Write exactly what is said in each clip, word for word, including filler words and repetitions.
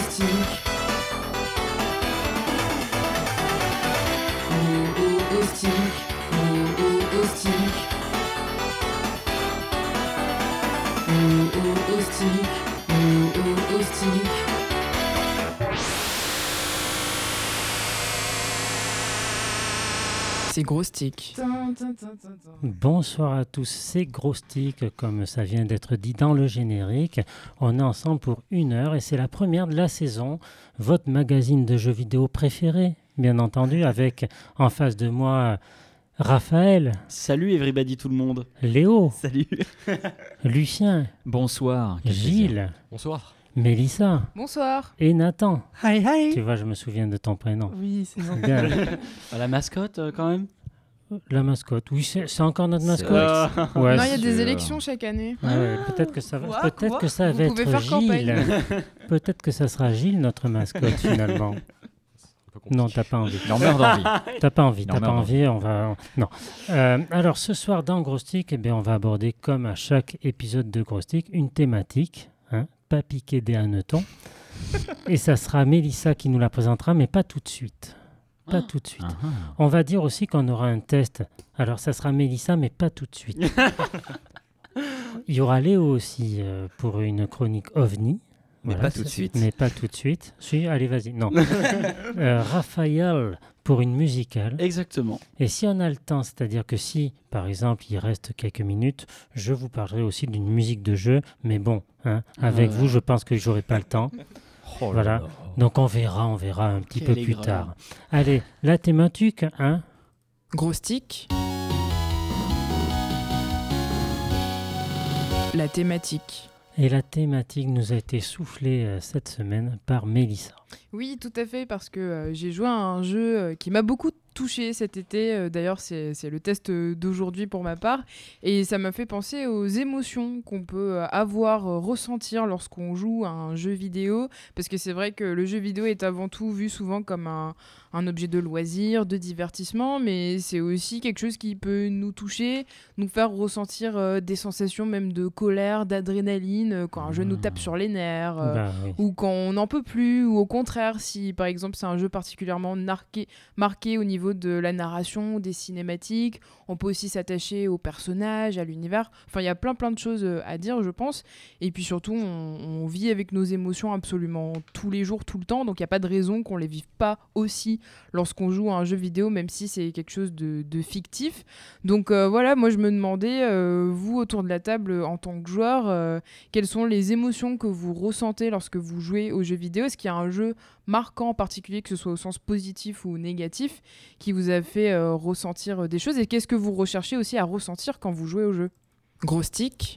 C'est Grostic. Bonsoir à tous, c'est Grostic, comme ça vient d'être dit dans le générique. On est ensemble pour une heure et c'est la première de la saison. Votre magazine de jeux vidéo préféré, bien entendu, avec en face de moi Raphaël. Salut everybody tout le monde. Léo. Salut. Lucien. Bonsoir. Gilles. Bonsoir. Mélissa. Bonsoir. Et Nathan. Hi hi. Tu vois, je me souviens de ton prénom. Oui, c'est bon. Bien. La mascotte euh, quand même. La mascotte. Oui, c'est, c'est encore notre mascotte. Euh... Ouais, non, il y a c'est... des élections chaque année. Ouais, ouais, peut-être que ça va, Quoi, peut-être quoi que ça Vous va pouvez être faire Gilles. campagne. Peut-être que ça sera Gilles notre mascotte finalement. Non, t'as pas envie. Il en meurt d'envie. T'as pas envie. Non, T'as pas non, envie. On va. Non. Euh, alors ce soir dans Grostic, eh bien, on va aborder comme à chaque épisode de Grostic une thématique, hein, pas piquer des hannetons. Et ça sera Mélissa qui nous la présentera, mais pas tout de suite. Pas Ah. tout de suite. Uh-huh. On va dire aussi qu'on aura un test. Alors ça sera Mélissa, mais pas tout de suite. Il y aura Léo aussi euh, pour une chronique OVNI. Mais Voilà, pas tout de c'est- suite. Mais pas tout de suite. Si, allez, vas-y. Non. Euh, Raphaël pour une musicale. Exactement. Et si on a le temps, c'est-à-dire que si, par exemple, il reste quelques minutes, je vous parlerai aussi d'une musique de jeu. Mais bon, hein, avec Euh. vous, je pense que j'aurai pas le temps. Oh là Voilà. là. Donc on verra, on verra un petit peu Quelle plus aigreur. tard. Allez, la thématique, hein. Grostic. La thématique. Et la thématique nous a été soufflée euh, cette semaine par Mélissa. Oui, tout à fait, parce que euh, j'ai joué à un jeu euh, qui m'a beaucoup touché cet été. Euh, d'ailleurs, c'est, c'est le test euh, d'aujourd'hui pour ma part. Et ça m'a fait penser aux émotions qu'on peut euh, avoir, euh, ressentir lorsqu'on joue à un jeu vidéo. Parce que c'est vrai que le jeu vidéo est avant tout vu souvent comme un, un objet de loisir, de divertissement. Mais c'est aussi quelque chose qui peut nous toucher, nous faire ressentir euh, des sensations même de colère, d'adrénaline, euh, quand un jeu nous tape sur les nerfs. euh, Bah, oui. ou quand on n'en peut plus, ou au contraire, si par exemple c'est un jeu particulièrement marqué, marqué au niveau de la narration, des cinématiques, on peut aussi s'attacher aux personnages, à l'univers. Enfin, il y a plein plein de choses euh, à dire, je pense. Et puis surtout, on, on vit avec nos émotions absolument tous les jours, tout le temps, donc il n'y a pas de raison qu'on les vive pas aussi lorsqu'on joue à un jeu vidéo, même si c'est quelque chose de, de fictif. Donc euh, voilà, moi je me demandais, euh, vous autour de la table en tant que joueur, euh, quelles sont les émotions que vous ressentez lorsque vous jouez aux jeux vidéo? Est-ce qu'il y a un jeu marquant en particulier, que ce soit au sens positif ou négatif, qui vous a fait euh, ressentir euh, des choses? Et qu'est-ce que vous recherchez aussi à ressentir quand vous jouez au jeu? Grostic.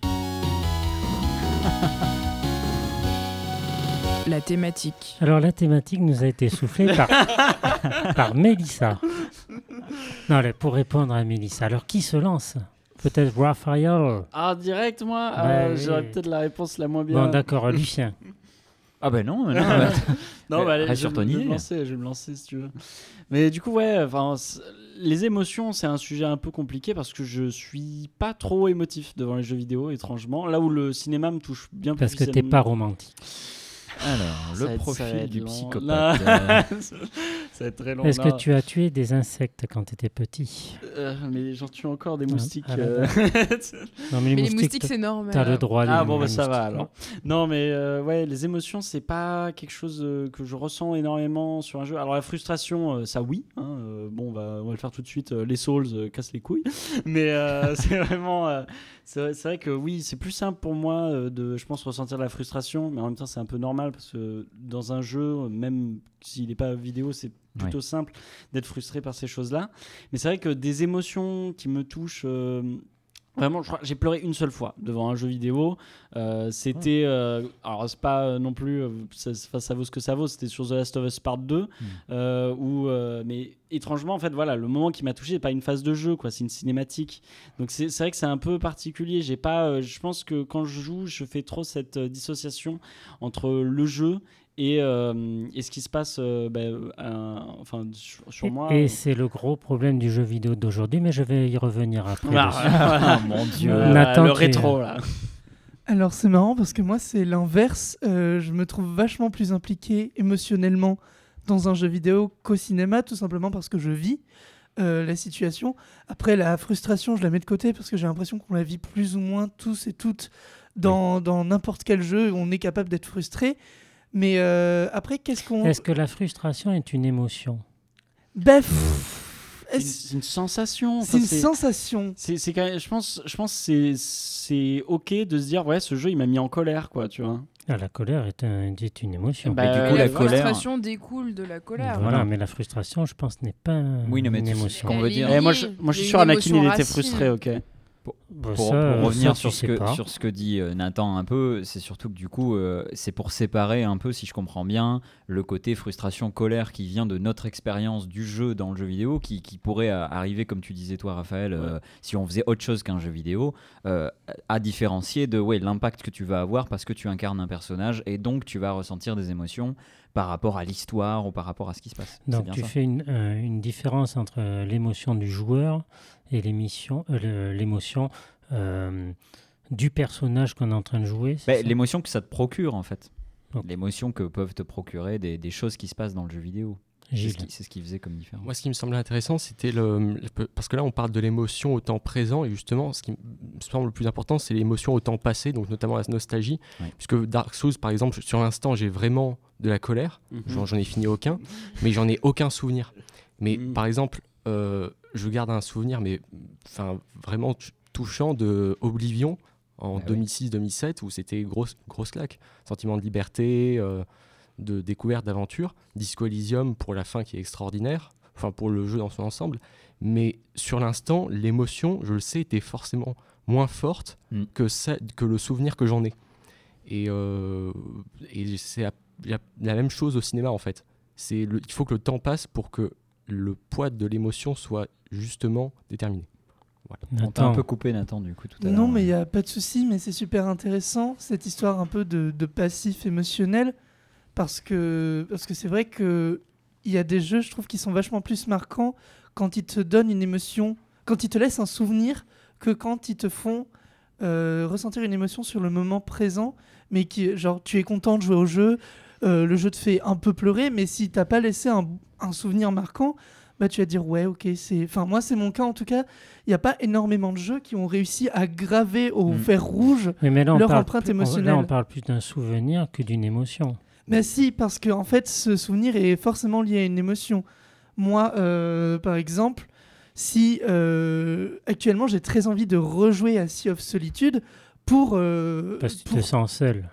La thématique. Alors la thématique nous a été soufflée par, par Mélissa. Non, allez, pour répondre à Mélissa. Alors qui se lance? Peut-être Raphaël. Ah direct moi. Bah, Ah, oui. J'aurais peut-être la réponse la moins bien. Bon, d'accord, Lucien. Ah ben non, non. bah, Non, bah, allez, Reste je, sur ton je vais idée. me lancer, je vais me lancer si tu veux. Mais du coup, ouais, enfin, c'est- les émotions, c'est un sujet un peu compliqué parce que je suis pas trop émotif devant les jeux vidéo, étrangement. Là où le cinéma me touche bien plus. Parce que t'es pas romantique. Alors, Ça va le être- ça va profil être du long. psychopathe. Là. euh, Ça va être très long. Est-ce là. que tu as tué des insectes quand t'étais petit? Euh, mais j'en tue encore des moustiques. ah, euh. Non, mais les Mais les moustiques, moustiques, t'as- c'est normal. t'as le droit. Ah les- bon, bah les ça va moustiques. alors. Non, mais euh, ouais, les émotions, c'est pas quelque chose euh, que je ressens énormément sur un jeu. Alors la frustration, euh, ça oui. Hein, euh, bon, bah, on va le faire tout de suite. euh, les Souls euh, cassent les couilles. Mais euh, c'est vraiment. euh, c'est, vrai, c'est vrai que oui, c'est plus simple pour moi euh, de, je pense, ressentir de la frustration. Mais en même temps, c'est un peu normal parce que dans un jeu, même s'il n'est pas vidéo, c'est plutôt Ouais. simple d'être frustré par ces choses-là. Mais c'est vrai que des émotions qui me touchent. euh, Vraiment, je crois que j'ai pleuré une seule fois devant un jeu vidéo. Euh, c'était. euh, alors, c'est pas euh, non plus. euh, ça, ça, ça vaut ce que ça vaut. C'était sur The Last of Us Part deux. euh, où, euh, mais étrangement, en fait, voilà, le moment qui m'a touché, c'est pas une phase de jeu, quoi. C'est une cinématique. Donc, c'est, c'est vrai que c'est un peu particulier. J'ai pas. euh, je pense que quand je joue, je fais trop cette euh, dissociation entre le jeu et, euh, et ce qui se passe euh, bah, euh, enfin, sur, sur Et, moi. et c'est le gros problème du jeu vidéo d'aujourd'hui, mais je vais y revenir après. Voilà, dessus. voilà. Oh mon dieu. Voilà, Nathan, le tu- rétro, là. Alors c'est marrant parce que moi c'est l'inverse, euh, je me trouve vachement plus impliqué émotionnellement dans un jeu vidéo qu'au cinéma, tout simplement parce que je vis euh, la situation. Après la frustration je la mets de côté parce que j'ai l'impression qu'on la vit plus ou moins tous et toutes dans, oui. dans n'importe quel jeu, on est capable d'être frustré. Mais euh, après qu'est-ce qu'on... Est-ce que la frustration est une émotion ? Bef C'est une, c'est une sensation. C'est enfin, une c'est, sensation. C'est, c'est quand même, je pense, je pense que c'est, c'est ok de se dire ouais, ce jeu il m'a mis en colère, quoi, tu vois. Ah, la colère est, un, est une émotion. Bah, du Mais coup, la, la colère. frustration découle de la colère. Voilà, Voilà. mais la frustration, je pense, n'est pas Oui, non, mais une tu- émotion. qu'on veut dire. Eh, moi, je, moi, je suis sûr Anakin il était frustré, ok. Pour, Bah, pour- ça, pour revenir ça, sur, tu ce sais que, pas. sur ce que dit euh, Nathan un peu, c'est surtout que du coup, euh, c'est pour séparer un peu, si je comprends bien, le côté frustration, colère qui vient de notre expérience du jeu dans le jeu vidéo, qui, qui pourrait euh, arriver, comme tu disais toi Raphaël, euh, Ouais. si on faisait autre chose qu'un jeu vidéo, euh, à différencier de ouais, l'impact que tu vas avoir parce que tu incarnes un personnage et donc tu vas ressentir des émotions par rapport à l'histoire ou par rapport à ce qui se passe. C'est Donc bien tu ça. fais une, euh, une différence entre euh, l'émotion du joueur et l'émission, euh, le- l'émotion euh, du personnage qu'on est en train de jouer. c'est Bah, ça l'émotion que ça te procure en fait. Ok. L'émotion que peuvent te procurer des, des choses qui se passent dans le jeu vidéo. C'est Gilles. ce, qui, c'est ce qui faisait comme différence. Moi, ce qui me semblait intéressant, c'était le, le- parce que là, on parle de l'émotion au temps présent, et justement, ce qui me semble le plus important, c'est l'émotion au temps passé, donc notamment la nostalgie. Ouais. Puisque Dark Souls, par exemple, sur l'instant, j'ai vraiment de la colère. Mhm. J'en, j'en ai fini aucun, mais j'en ai aucun souvenir. Mais Mhm. par exemple, euh, je garde un souvenir, mais enfin vraiment t- touchant de Oblivion en Ah oui. deux mille six deux mille sept, où c'était grosse grosse claque, sentiment de liberté. Euh, de découverte, d'aventure, Disco Elysium pour la fin qui est extraordinaire, enfin pour le jeu dans son ensemble, mais sur l'instant, l'émotion, je le sais, était forcément moins forte Mm. que, ça, que le souvenir que j'en ai. Et, euh, et c'est la, la- la même chose au cinéma en fait. C'est le, il faut que le temps passe pour que le poids de l'émotion soit justement déterminé. On t'a un Nathan, peu coupé Nathan du coup tout à l'heure. Non, mais il n'y a pas de souci, mais c'est super intéressant, cette histoire un peu de, de passif émotionnel, parce que parce que c'est vrai qu'il y a des jeux, je trouve, qui sont vachement plus marquants quand ils te donnent une émotion, quand ils te laissent un souvenir, que quand ils te font euh, ressentir une émotion sur le moment présent, mais qui, genre, tu es content de jouer au jeu, euh, le jeu te fait un peu pleurer, mais si t'as pas laissé un, un souvenir marquant, bah tu vas dire ouais, ok, c'est... Enfin, moi, c'est mon cas, en tout cas. Il n'y a pas énormément de jeux qui ont réussi à graver au Mm. fer rouge. oui, mais là, on leur parle empreinte plus- on- émotionnelle. là, on parle plus d'un souvenir que d'une émotion. Mais si, parce que en fait, ce souvenir est forcément lié à une émotion. Moi, euh, par exemple, si euh, actuellement j'ai très envie de rejouer à Sea of Solitude pour... euh, Parce que tu pour- te sens seul.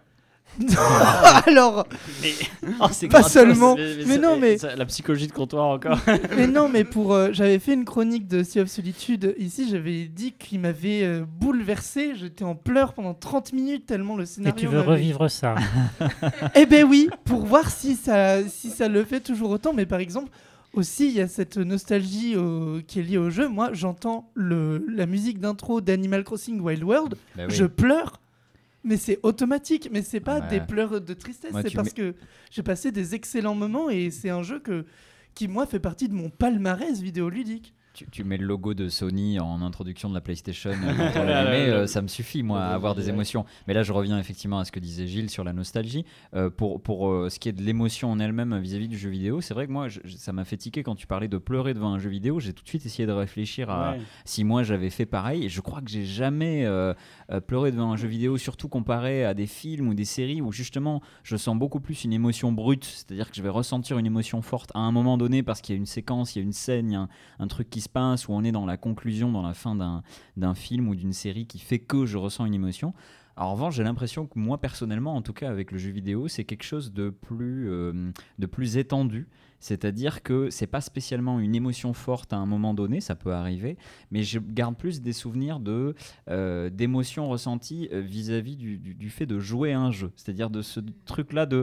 Alors, Oh, c'est Pas gratos. seulement. Mais, Mais non, mais- ça- la psychologie de comptoir encore. mais non, mais pour... euh, j'avais fait une chronique de Sea of Solitude ici, j'avais dit qu'il m'avait euh, bouleversé, j'étais en pleurs pendant trente minutes tellement le Et scénario... tu veux m'avait- revivre ça. Eh ben oui, pour voir si ça, si ça le fait toujours autant. Mais par exemple, aussi, il y a cette nostalgie euh, qui est liée au jeu. Moi, j'entends le, la musique d'intro d'Animal Crossing Wild World, Bah oui. je pleure. Mais c'est automatique, mais c'est pas Ouais. des pleurs de tristesse, Moi, c'est tu parce que j'ai passé des excellents moments et c'est un jeu que, qui, moi, fait partie de mon palmarès vidéoludique. Tu, tu mets le logo de Sony en introduction de la PlayStation euh, quand on l'allumait, euh, ça me suffit moi à avoir des émotions. Mais là je reviens effectivement à ce que disait Gilles sur la nostalgie. Euh, pour pour euh, ce qui est de l'émotion en elle-même vis-à-vis du jeu vidéo, c'est vrai que moi je- je- ça m'a fait tiquer quand tu parlais de pleurer devant un jeu vidéo. J'ai tout de suite essayé de réfléchir à Ouais. si moi j'avais fait pareil. Et je crois que j'ai jamais euh, euh, pleuré devant un jeu vidéo, surtout comparé à des films ou des séries où justement je sens beaucoup plus une émotion brute. C'est-à-dire que je vais ressentir une émotion forte à un moment donné parce qu'il y a une séquence, il y a une scène, il y a un, un truc qui se passe où on est dans la conclusion, dans la fin d'un, d'un film ou d'une série qui fait que je ressens une émotion. Alors, en revanche, j'ai l'impression que moi, personnellement, en tout cas avec le jeu vidéo, c'est quelque chose de plus, euh, de plus étendu. C'est-à-dire que c'est pas spécialement une émotion forte à un moment donné, ça peut arriver, mais je garde plus des souvenirs de, euh, d'émotions ressenties euh, vis-à-vis du, du, du fait de jouer à un jeu. C'est-à-dire de ce truc-là de...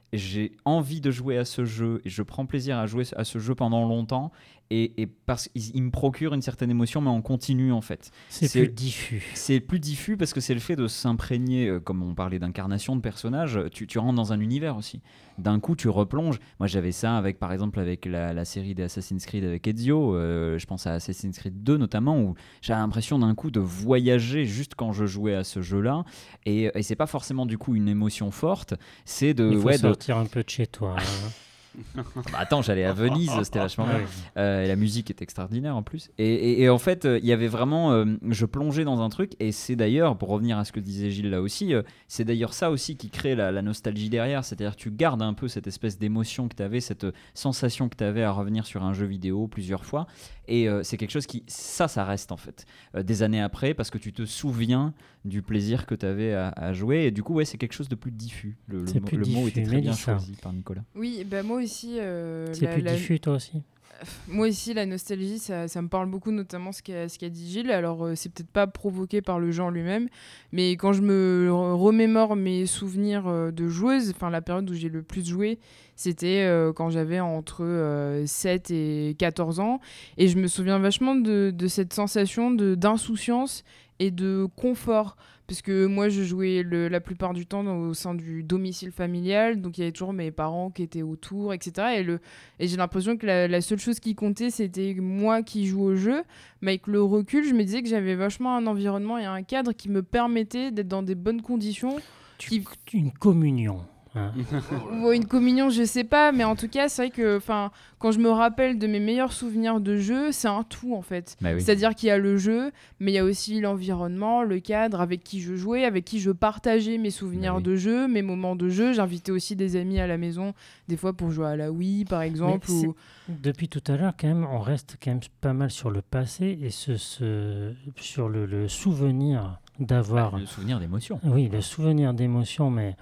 j'ai envie de jouer à ce jeu et je prends plaisir à jouer à ce jeu pendant longtemps et, et parce qu'il il me procure une certaine émotion mais en continu en fait. C'est, C'est- plus diffus. C'est plus diffus parce que c'est le fait de s'imprégner, euh, comme on parlait d'incarnation de personnages, tu, tu rentres dans un univers aussi. D'un coup, tu replonges. Moi, j'avais ça avec, par exemple, avec la, la série des Assassin's Creed avec Ezio. euh, je pense à Assassin's Creed deux notamment, où j'avais l'impression d'un coup de voyager juste quand je jouais à ce jeu-là. Et, et c'est pas forcément du coup une émotion forte, c'est de... Il faut ouais, de- sortir un peu de chez toi. hein. Bah, attends, j'allais à Venise, c'était vachement bien. Ouais. Euh, et la musique est extraordinaire en plus. Et, et- et en fait, euh, il y avait vraiment. euh, je plongeais dans un truc, et c'est d'ailleurs, pour revenir à ce que disait Gilles là aussi, euh, c'est d'ailleurs ça aussi qui crée la, la nostalgie derrière. C'est-à-dire que tu gardes un peu cette espèce d'émotion que tu avais, cette euh, sensation que tu avais à revenir sur un jeu vidéo plusieurs fois. Et euh, c'est quelque chose qui. Ça, ça reste en fait. euh, des années après, parce que tu te souviens du plaisir que tu avais à, à jouer. Et du coup, ouais, c'est quelque chose de plus diffus. Le, le C'est mot- plus le mot était diffus, très bien Mélissa. choisi par Nicolas. Oui, bah moi aussi. euh, C'est la- plus la- diffus, toi aussi. Moi aussi, la nostalgie, ça, ça me parle beaucoup, notamment ce qu'a, ce qu'a dit Gilles. Alors, euh, c'est peut-être pas provoqué par le genre lui-même, mais quand je me re- remémore mes souvenirs euh, de joueuse, enfin la période où j'ai le plus joué, c'était euh, quand j'avais entre euh, sept et quatorze ans. Et je me souviens vachement de, de cette sensation de, d'insouciance et de confort. Parce que moi, je jouais le- la plupart du temps dans- au sein du domicile familial, donc il y avait toujours mes parents qui étaient autour, et cetera. Et, le, et j'ai l'impression que la, la seule chose qui comptait, c'était moi qui joue au jeu. Mais avec le recul, je me disais que j'avais vachement un environnement et un cadre qui me permettait d'être dans des bonnes conditions. Tu- Une communion. hein. Ou une communion, je sais pas, mais en tout cas, c'est vrai que 'fin, quand je me rappelle de mes meilleurs souvenirs de jeu, c'est un tout en fait. Bah oui. C'est-à-dire qu'il y a le jeu, mais il y a aussi l'environnement, le cadre, avec qui je jouais, avec qui je partageais mes souvenirs Bah oui. de jeu, mes moments de jeu. J'invitais aussi des amis à la maison, des fois pour jouer à la Wii par exemple. c'est- Ou... Depuis tout à l'heure, quand même, on reste quand même pas mal sur le passé et ce, ce- sur le, le souvenir d'avoir. Le souvenir d'émotion. Oui, le souvenir d'émotion, mais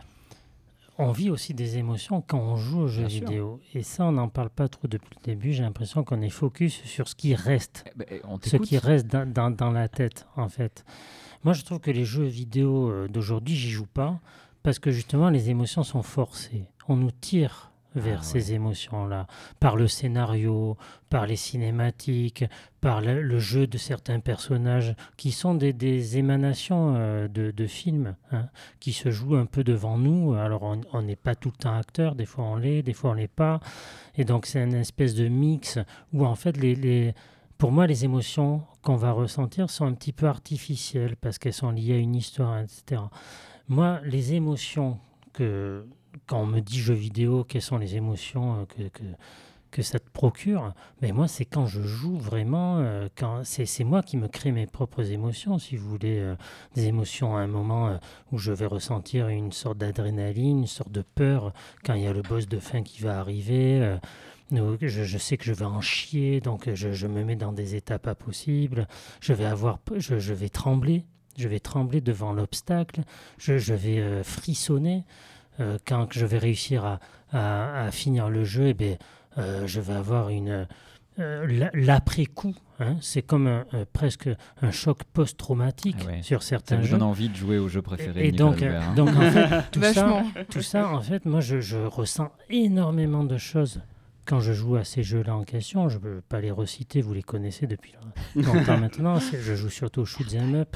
on vit aussi des émotions quand on joue aux jeux Bien sûr. vidéo. Et ça, on n'en parle pas trop depuis le début. J'ai l'impression qu'on est focus sur ce qui reste. Eh ben, on Ce t'écoute. qui reste dans, dans- dans la tête, en fait. Moi, je trouve que les jeux vidéo euh, d'aujourd'hui, j'y joue pas parce que justement, les émotions sont forcées. On nous tire vers Ah, ces émotions-là, par le scénario, par les cinématiques, par le, le jeu de certains personnages qui sont des, des émanations euh, de, de films, hein, qui se jouent un peu devant nous. Alors, on on n'est pas tout le temps acteur, des fois on l'est, des fois on l'est pas. Et donc, c'est une espèce de mix où, en fait, les... les pour moi, les émotions qu'on va ressentir sont un petit peu artificielles parce qu'elles sont liées à une histoire, et cetera. Moi, les émotions que, quand on me dit jeux vidéo, quelles sont les émotions euh, que, que, que ça te procure, mais moi, c'est quand je joue vraiment, euh, quand c'est, c'est moi qui me crée mes propres émotions, si vous voulez, euh, des émotions à un moment euh, où je vais ressentir une sorte d'adrénaline, une sorte de peur quand il y a le boss de fin qui va arriver. euh, Donc, je, je sais que je vais en chier, donc je, je me mets dans des états pas possibles. Je vais avoir, pe- je, je vais trembler, je vais trembler devant l'obstacle. Je, je vais euh, frissonner euh, quand je vais réussir à, à, à finir le jeu. Eh bien, euh, je vais avoir une euh, l'a- l'après-coup. Hein, c'est comme un, euh, presque un choc post-traumatique Ah ouais. sur Ça certains me jeux. donne envie de jouer au jeu préféré Et, et de Nicolas donc, euh, Loubert, hein. donc en fait, tout ça, Vachement. tout ça, en fait, moi, je, je ressens énormément de choses quand je joue à ces jeux-là en question. Je ne peux pas les reciter, vous les connaissez depuis longtemps maintenant. C'est- Je joue surtout au shoot'em up.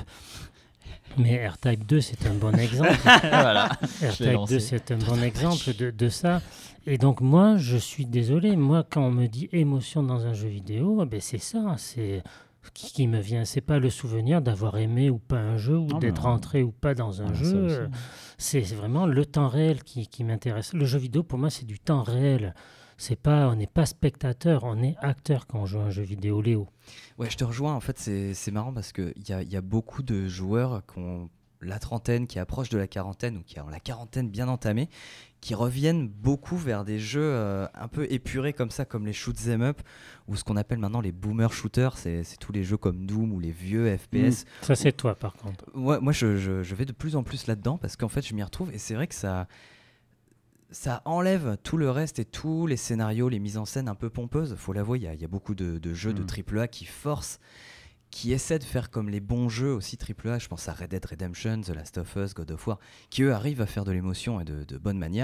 Mais R-Type deux, c'est un bon exemple. Voilà. l'ai R-Type lancé. deux, c'est un bon exemple de, de ça. Et donc, moi, je suis désolé. Moi, quand on me dit émotion dans un jeu vidéo, eh ben, c'est ça. C'est qui, qui me vient. C'est pas le souvenir d'avoir aimé ou pas un jeu, ou Non, d'être mais on- entré ou pas dans un Voilà, ça jeu. aussi. Euh, C'est c'est vraiment le temps réel qui, qui m'intéresse. Le jeu vidéo, pour moi, c'est du temps réel. C'est pas, on n'est pas spectateur, on est acteur quand on joue à un jeu vidéo. Léo. Ouais, je te rejoins. En fait, c'est c'est marrant parce qu'il y a, il y a beaucoup de joueurs qui ont la trentaine, qui approchent de la quarantaine ou qui ont la quarantaine bien entamée, qui reviennent beaucoup vers des jeux euh, un peu épurés comme ça, comme les shoot 'em up ou ce qu'on appelle maintenant les boomer shooters. C'est c'est tous les jeux comme Doom ou les vieux F P S. Ça, c'est toi, par contre. Ouais, moi, je, je- je vais de plus en plus là-dedans parce qu'en fait, je m'y retrouve et c'est vrai que ça, ça enlève tout le reste et tous les scénarios, les mises en scène un peu pompeuses. Faut l'avouer, il y, a- il y a beaucoup de, de jeux de Mm. triple A qui forcent, qui essaient de faire comme les bons jeux aussi triple A. Je pense à Red Dead Redemption, The Last of Us, God of War, qui eux arrivent à faire de l'émotion et de, de bonne manière.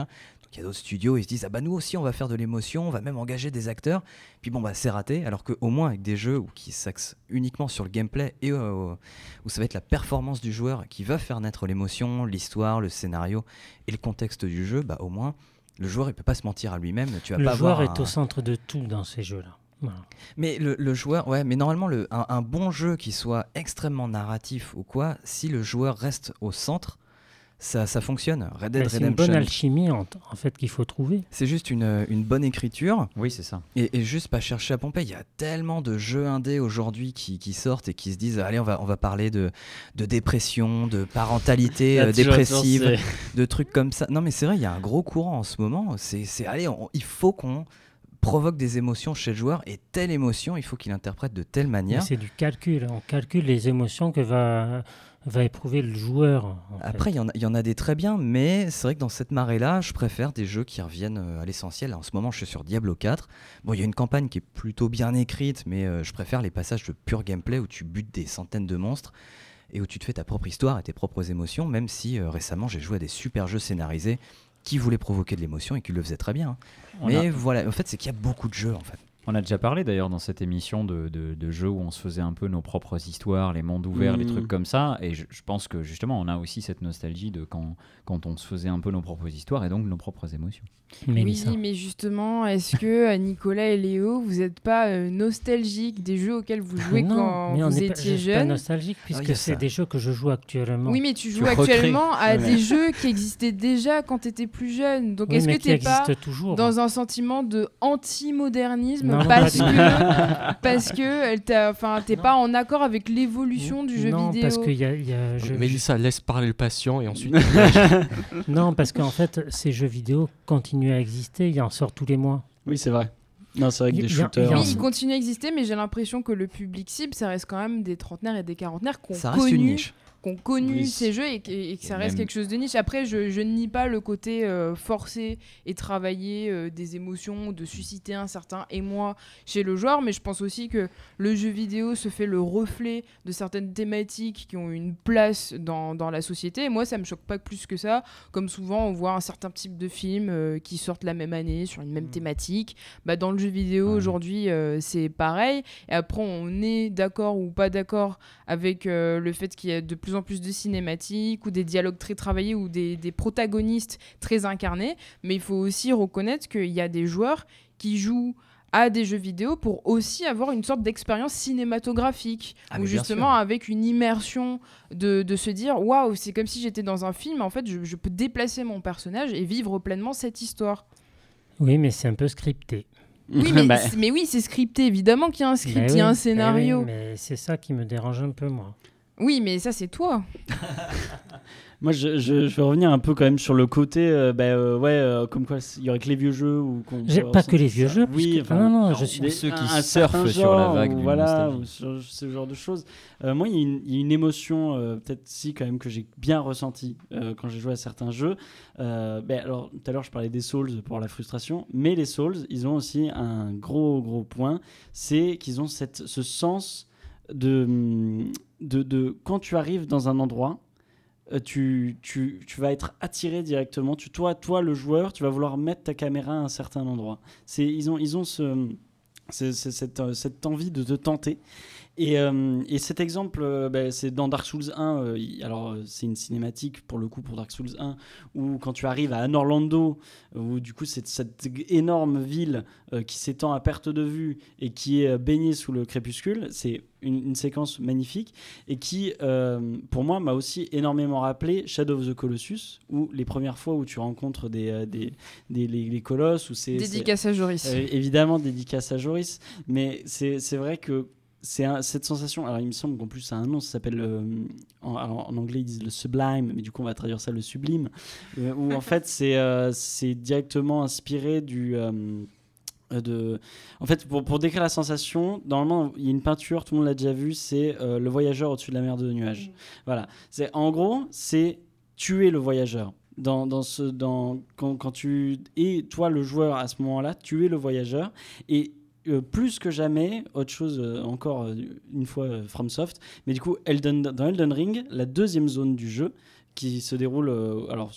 Donc il y a d'autres studios, ils se disent ah bah nous aussi on va faire de l'émotion, on va même engager des acteurs. Puis bon bah c'est raté. Alors qu'au moins avec des jeux où, qui s'axent uniquement sur le gameplay et euh, où ça va être la performance du joueur qui va faire naître l'émotion, l'histoire, le scénario et le contexte du jeu, bah au moins le joueur il peut pas se mentir à lui-même. Tu vas le pas joueur avoir est un... au centre de tout dans ces jeux-là. Voilà. Mais le, le joueur, ouais, mais normalement, le, un, un bon jeu qui soit extrêmement narratif ou quoi, si le joueur reste au centre, ça, ça fonctionne. Red Dead Ben, c'est une Redemption, bonne alchimie en, en fait qu'il faut trouver. c'est juste une, une bonne écriture Oui, c'est ça. et, et juste pas chercher à pomper. Il y a tellement de jeux indés aujourd'hui qui, qui sortent et qui se disent allez, on va, on va parler de, de dépression, de parentalité Là, euh, toujours, dépressive, toujours, c'est- de trucs comme ça. Non, mais c'est vrai, il y a un gros courant en ce moment. C'est, c'est allez, on- il faut qu'on provoque des émotions chez le joueur et telle émotion, il faut qu'il interprète de telle Mais manière. c'est du calcul. On calcule les émotions que va, va éprouver le joueur. en Après, il y, en a- il y en a des très bien, mais c'est vrai que dans cette marée-là, je préfère des jeux qui reviennent euh, à l'essentiel. En ce moment, je suis sur Diablo quatre. Bon, il y a une campagne qui est plutôt bien écrite, mais euh, je préfère les passages de pur gameplay où tu butes des centaines de monstres et où tu te fais ta propre histoire et tes propres émotions, même si euh, récemment, j'ai joué à des super jeux scénarisés qui voulaient provoquer de l'émotion et qui le faisaient très bien. hein. On Mais a- voilà, en fait, c'est qu'il y a beaucoup de jeux, en fait. On a déjà parlé d'ailleurs dans cette émission de, de, de jeux où on se faisait un peu nos propres histoires, les mondes ouverts, Mmh. les trucs comme ça. Et je, je pense que justement, on a aussi cette nostalgie de quand, quand on se faisait un peu nos propres histoires et donc nos propres émotions. Mélissa. Oui, mais justement, est-ce que euh, Nicolas et Léo, vous n'êtes pas euh, nostalgiques des jeux auxquels vous jouez non, quand mais on vous n'est pas- étiez je suis pas jeune? nostalgique Ah, puisque il y a c'est ça. des jeux que je joue actuellement. Oui, mais tu joues recrées. actuellement à Ouais. des jeux qui existaient déjà quand tu étais plus jeune. Donc Oui, est-ce mais que qui tu n'es pas existe toujours. dans un sentiment de anti-modernisme Non, non, parce pas du que parce que elle t'a- enfin t'es Non. pas en accord avec l'évolution du jeu non, vidéo? parce qu'il y a, il y a- je- Mélissa, laisse parler le patient et ensuite. non, parce qu'en fait, ces jeux vidéo continuent à exister. Il en sort tous les mois. Oui, c'est vrai. Non, c'est vrai que Il y des a- il y a- shooters. il y a- Oui, il continue à exister, mais j'ai l'impression que le public cible, ça reste quand même des trentenaires et des quarantenaires qui ont Ça reste une connu, niche. qui ont connu Oui. ces jeux et, que- et que ça Et reste même- quelque chose de niche. Après, je, je ne nie pas le côté euh, forcé et travailler euh, des émotions, de susciter un certain émoi chez le joueur, mais je pense aussi que le jeu vidéo se fait le reflet de certaines thématiques qui ont une place dans, dans la société. Et moi, ça me choque pas plus que ça. Comme souvent, on voit un certain type de films euh, qui sortent la même année sur une même thématique. Bah, dans le jeu vidéo, Ouais. aujourd'hui, euh, c'est pareil. Et après, on est d'accord ou pas d'accord avec euh, le fait qu'il y a de plus en plus de cinématiques ou des dialogues très travaillés ou des, des protagonistes très incarnés. Mais il faut aussi reconnaître qu'il y a des joueurs qui jouent à des jeux vidéo pour aussi avoir une sorte d'expérience cinématographique Ah, ou mais bien justement sûr. avec une immersion de, de se dire waouh, c'est comme si j'étais dans un film. En fait, je, je peux déplacer mon personnage et vivre pleinement cette histoire. Oui, mais c'est un peu scripté. Oui, mais, Bah, c'est- mais oui, c'est scripté. Évidemment qu'il y a un script, Ben il y a oui, un ben scénario. oui, mais c'est ça qui me dérange un peu, moi. Oui, mais ça, c'est toi. Moi, je, je, je vais revenir un peu quand même sur le côté, euh, bah, euh, ouais, euh, comme quoi il y aurait que les vieux jeux ou qu'on J'ai peut pas que les ressentir vieux ça. jeux, Oui, puisque- enfin, ah non, non, alors, je suis- des- ceux qui un- un surfent certain sur la genre, vague ou du voilà, nostalgie. ou ce, ce genre de choses. Euh, moi, il y, a une- il y a une émotion, euh, peut-être si quand même que j'ai bien ressentie euh, quand j'ai joué à certains jeux. Euh, ben, alors, tout à l'heure, je parlais des Souls pour la frustration, mais les Souls, ils ont aussi un gros gros point, c'est qu'ils ont cette, ce sens de, de, de quand tu arrives dans un endroit. Euh, Tu, tu, tu vas être attiré directement. Tu, toi, toi, le joueur, tu vas vouloir mettre ta caméra à un certain endroit. C'est, ils ont, ils ont ce, c'est, c'est cette, euh, cette envie de te tenter. Et, euh, et cet exemple, euh, bah, c'est dans Dark Souls un. Euh, il- alors, euh, c'est une cinématique pour le coup pour Dark Souls un, où quand tu arrives à Anor Londo, où du coup c'est cette énorme ville euh, qui s'étend à perte de vue et qui est euh, baignée sous le crépuscule. C'est une, une séquence magnifique et qui, euh, pour moi, m'a aussi énormément rappelé Shadow of the Colossus, où les premières fois où tu rencontres des, euh, des, des les, les colosses, où c'est c'est- Dédicace à Joris. euh, évidemment, dédicace à Joris, mais c'est c'est vrai que c'est un- cette sensation. Alors, il me semble qu'en plus, ça a un nom, ça s'appelle. euh, en, alors, en anglais, ils disent le sublime, mais du coup, on va traduire ça le sublime. euh, où en fait, c'est euh, c'est directement inspiré du. euh, de... En fait, pour, pour décrire la sensation, normalement, il y a une peinture, tout le monde l'a déjà vu, c'est euh, le voyageur au-dessus de la mer de nuages. Voilà. C'est, en gros, c'est tuer le voyageur. Dans, dans ce, dans, quand, quand tu es, toi, le joueur, à ce moment-là, tu es le voyageur. Et euh, plus que jamais, autre chose, euh, encore euh, une fois, euh, FromSoft, mais du coup, Elden, dans Elden Ring, la deuxième zone du jeu, qui se déroule... euh, alors,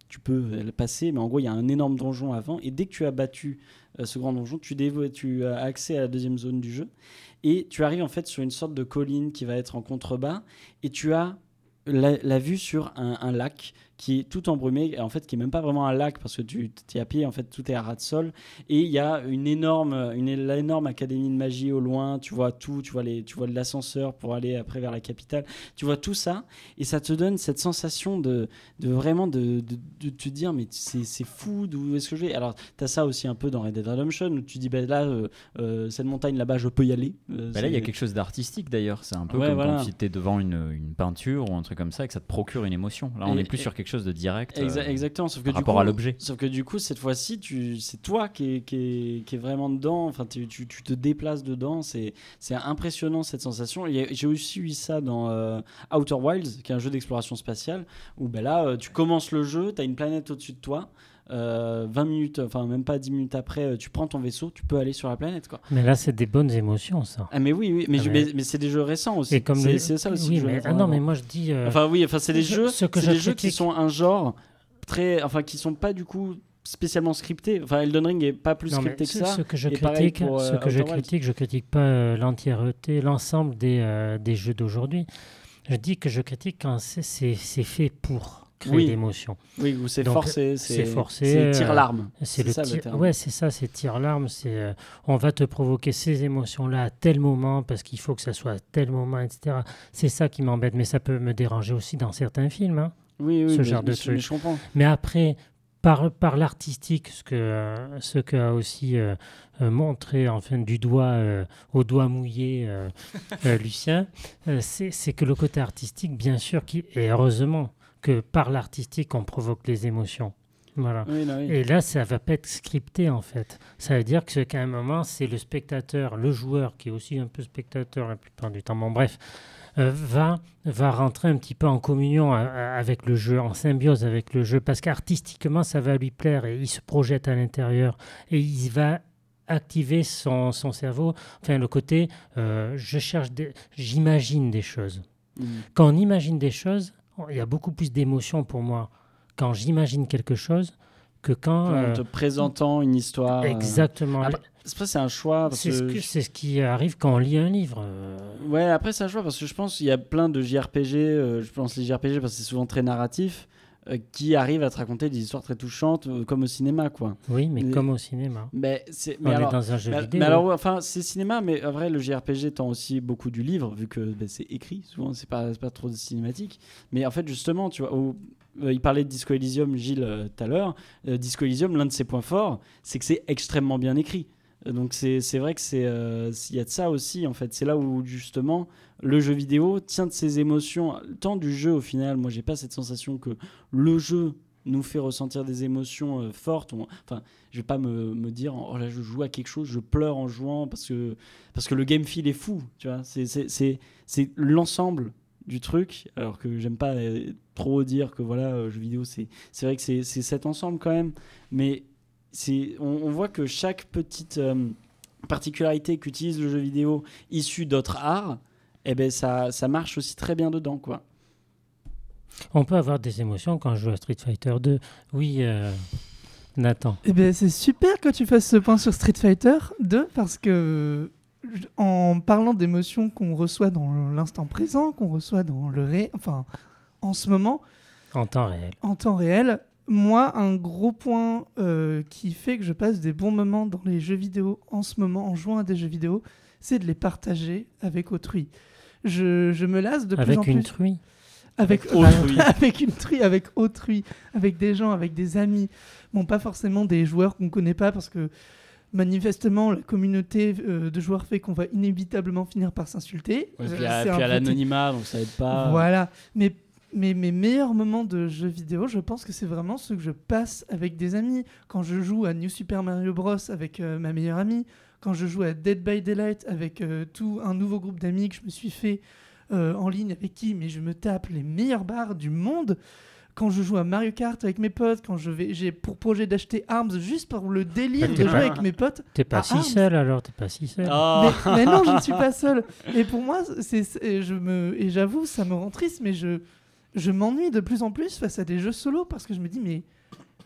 tu peux le passer, mais en gros, il y a un énorme donjon avant. Et dès que tu as battu euh, ce grand donjon, tu, dévo- tu as accès à la deuxième zone du jeu. Et tu arrives en fait sur une sorte de colline qui va être en contrebas. Et tu as la, la vue sur un, un lac qui est tout embrumé, en fait, qui n'est même pas vraiment un lac parce que tu es à pied, en fait, tout est à ras de sol. Et il y a une énorme, une énorme académie de magie au loin. Tu vois tout, tu vois, les, tu vois l'ascenseur pour aller après vers la capitale. Tu vois tout ça et ça te donne cette sensation de, de vraiment de, de, de te dire, mais c'est, c'est fou, d'où est-ce que je vais ? Alors, tu as ça aussi un peu dans Red Dead Redemption où tu dis, ben là, euh, euh, cette montagne là-bas, je peux y aller. Euh, Bah là, il y a quelque chose d'artistique d'ailleurs. C'est un peu Ouais, comme voilà. quand tu étais devant une, une peinture ou un truc comme ça et que ça te procure une émotion. Là, on Et- est plus et- sur quelque chose de direct euh, Exa- exactement, sauf que par du rapport coup, à l'objet. Sauf que du coup, cette fois-ci, tu, c'est toi qui est, qui, est, qui est vraiment dedans. Enfin, tu, tu, tu te déplaces dedans. C'est, c'est impressionnant cette sensation. Il y a- j'ai aussi eu ça dans euh, Outer Wilds, qui est un jeu d'exploration spatiale, où ben là, euh, tu commences le jeu, tu as une planète au-dessus de toi. Euh, vingt minutes, enfin même pas dix minutes après, euh, tu prends ton vaisseau, tu peux aller sur la planète, quoi. Mais là, c'est des bonnes émotions, ça. Ah mais oui, oui, mais, Ah, je- mais- mais, mais c'est des jeux récents aussi. Et comme c'est, le- c'est ça aussi. Oui, que je veux mais, mettre ah en non, avant. mais moi, je dis. euh, Enfin oui, enfin c'est des ce- jeux, ce que c'est je des jeux qui critique- sont un genre très, enfin qui sont pas du coup spécialement scriptés. Enfin Elden Ring est pas plus Non, mais scripté que ce, ça. ce que je Et pareil critique, pour, euh, ce que je Outer Wilds. critique, je critique pas euh, l'entièreté, l'ensemble des, euh, des jeux d'aujourd'hui. Je dis que je critique quand c'est, c'est, c'est fait pour créer Oui. l'émotion. Oui, où c'est Donc, forcé, c'est, c'est forcé, c'est euh, tire-larme. C'est, C'est le ça, le tir- terme. ouais, c'est ça, c'est tire-larme. C'est, euh, on va te provoquer ces émotions-là à tel moment parce qu'il faut que ça soit à tel moment, et cetera. C'est ça qui m'embête, mais ça peut me déranger aussi dans certains films. Hein. Oui, oui, ce mais- genre de mais je- mais truc. je comprends. Mais après, par, par l'artistique, ce que euh, ce qu'a aussi euh, euh, montré enfin, du doigt euh, au doigt mouillé euh, euh, Lucien, euh, c'est, c'est que le côté artistique, bien sûr, qui, et heureusement que par l'artistique, on provoque les émotions. Voilà. Oui, non, oui. Et là, ça va pas être scripté en fait. Ça veut dire que c'est qu'à un moment, c'est le spectateur, le joueur, qui est aussi un peu spectateur la plupart du temps. Bon, bref, euh, va, va rentrer un petit peu en communion a- a- avec le jeu, en symbiose avec le jeu, parce qu'artistiquement, ça va lui plaire et il se projette à l'intérieur et il va activer son, son cerveau. Enfin, le côté, euh, je cherche, des, j'imagine des choses. Mm. Quand on imagine des choses, il y a beaucoup plus d'émotions pour moi quand j'imagine quelque chose que quand... En euh, te présentant une histoire. euh, exactement. Après, c'est pas c'est un choix. Parce C'est ce, que que- je- c'est ce qui arrive quand on lit un livre. euh, Ouais, après c'est un choix parce que je pense qu'il y a plein de J R P G. euh, je pense les J R P G parce que c'est souvent très narratif, euh, qui arrivent à te raconter des histoires très touchantes, euh, comme au cinéma, quoi. Oui, mais Mais- comme au cinéma. Mais c'est. On Mais alors, est dans un jeu mais, vidéo. mais alors, ouais, enfin, c'est cinéma, mais en vrai, le J R P G tend aussi beaucoup du livre, vu que ben, c'est écrit, souvent, c'est pas, c'est pas trop cinématique. Mais en fait, justement, tu vois, au- euh, il parlait de Disco Elysium, Gilles, euh, tout à l'heure. Euh, Disco Elysium, l'un de ses points forts, c'est que c'est extrêmement bien écrit. Euh, Donc, c'est c'est vrai que c'est euh, il y a de ça aussi, en fait. C'est là où, justement, le jeu vidéo tient de ses émotions, tant du jeu, au final. Moi, j'ai pas cette sensation que le jeu nous fait ressentir des émotions euh, fortes. On- Enfin, je vais pas me, me dire oh là je joue à quelque chose, je pleure en jouant parce que parce que le game feel est fou, tu vois. C'est c'est c'est c'est l'ensemble du truc. Alors que j'aime pas euh, trop dire que voilà euh, jeu vidéo c'est c'est vrai que c'est c'est cet ensemble quand même, mais c'est on, on voit que chaque petite euh, particularité qu'utilise le jeu vidéo issu d'autres arts, eh ben ça ça marche aussi très bien dedans, quoi. On peut avoir des émotions quand je joue à Street Fighter deux. Oui, euh, Nathan. Eh bien, c'est super que tu fasses ce point sur Street Fighter deux parce que j- en parlant d'émotions qu'on reçoit dans l'instant présent, qu'on reçoit dans le ré... enfin, en ce moment, En temps réel. en temps réel, moi, un gros point euh, qui fait que je passe des bons moments dans les jeux vidéo en ce moment, en jouant à des jeux vidéo, c'est de les partager avec autrui. Je, je me lasse de plus en Avec une plus. truie. Avec Autrui. avec une truie, avec autrui, avec des gens, avec des amis. Bon, pas forcément des joueurs qu'on connaît pas parce que manifestement la communauté euh, de joueurs fait qu'on va inévitablement finir par s'insulter. Ouais, Euh, puis à, c'est un puis à petit- l'anonymat, donc ça aide pas. Voilà. Mais mais mes meilleurs moments de jeux vidéo, je pense que c'est vraiment ceux que je passe avec des amis. Quand je joue à New Super Mario Bros avec euh, ma meilleure amie, quand je joue à Dead by Daylight avec euh, tout un nouveau groupe d'amis que je me suis fait euh, en ligne avec qui, mais je me tape les meilleures barres du monde. Quand je joue à Mario Kart avec mes potes, quand je vais, j'ai pour projet d'acheter Arms juste pour le délire Ah, de t'es jouer pas- avec mes potes. T'es pas Ah, si Arms. seul alors, t'es pas si seul. Ah. Mais, mais non, je ne suis pas seul. Et pour moi, c'est, c'est- je me, et j'avoue, ça me rend triste, mais je, je m'ennuie de plus en plus face à des jeux solo parce que je me dis, mais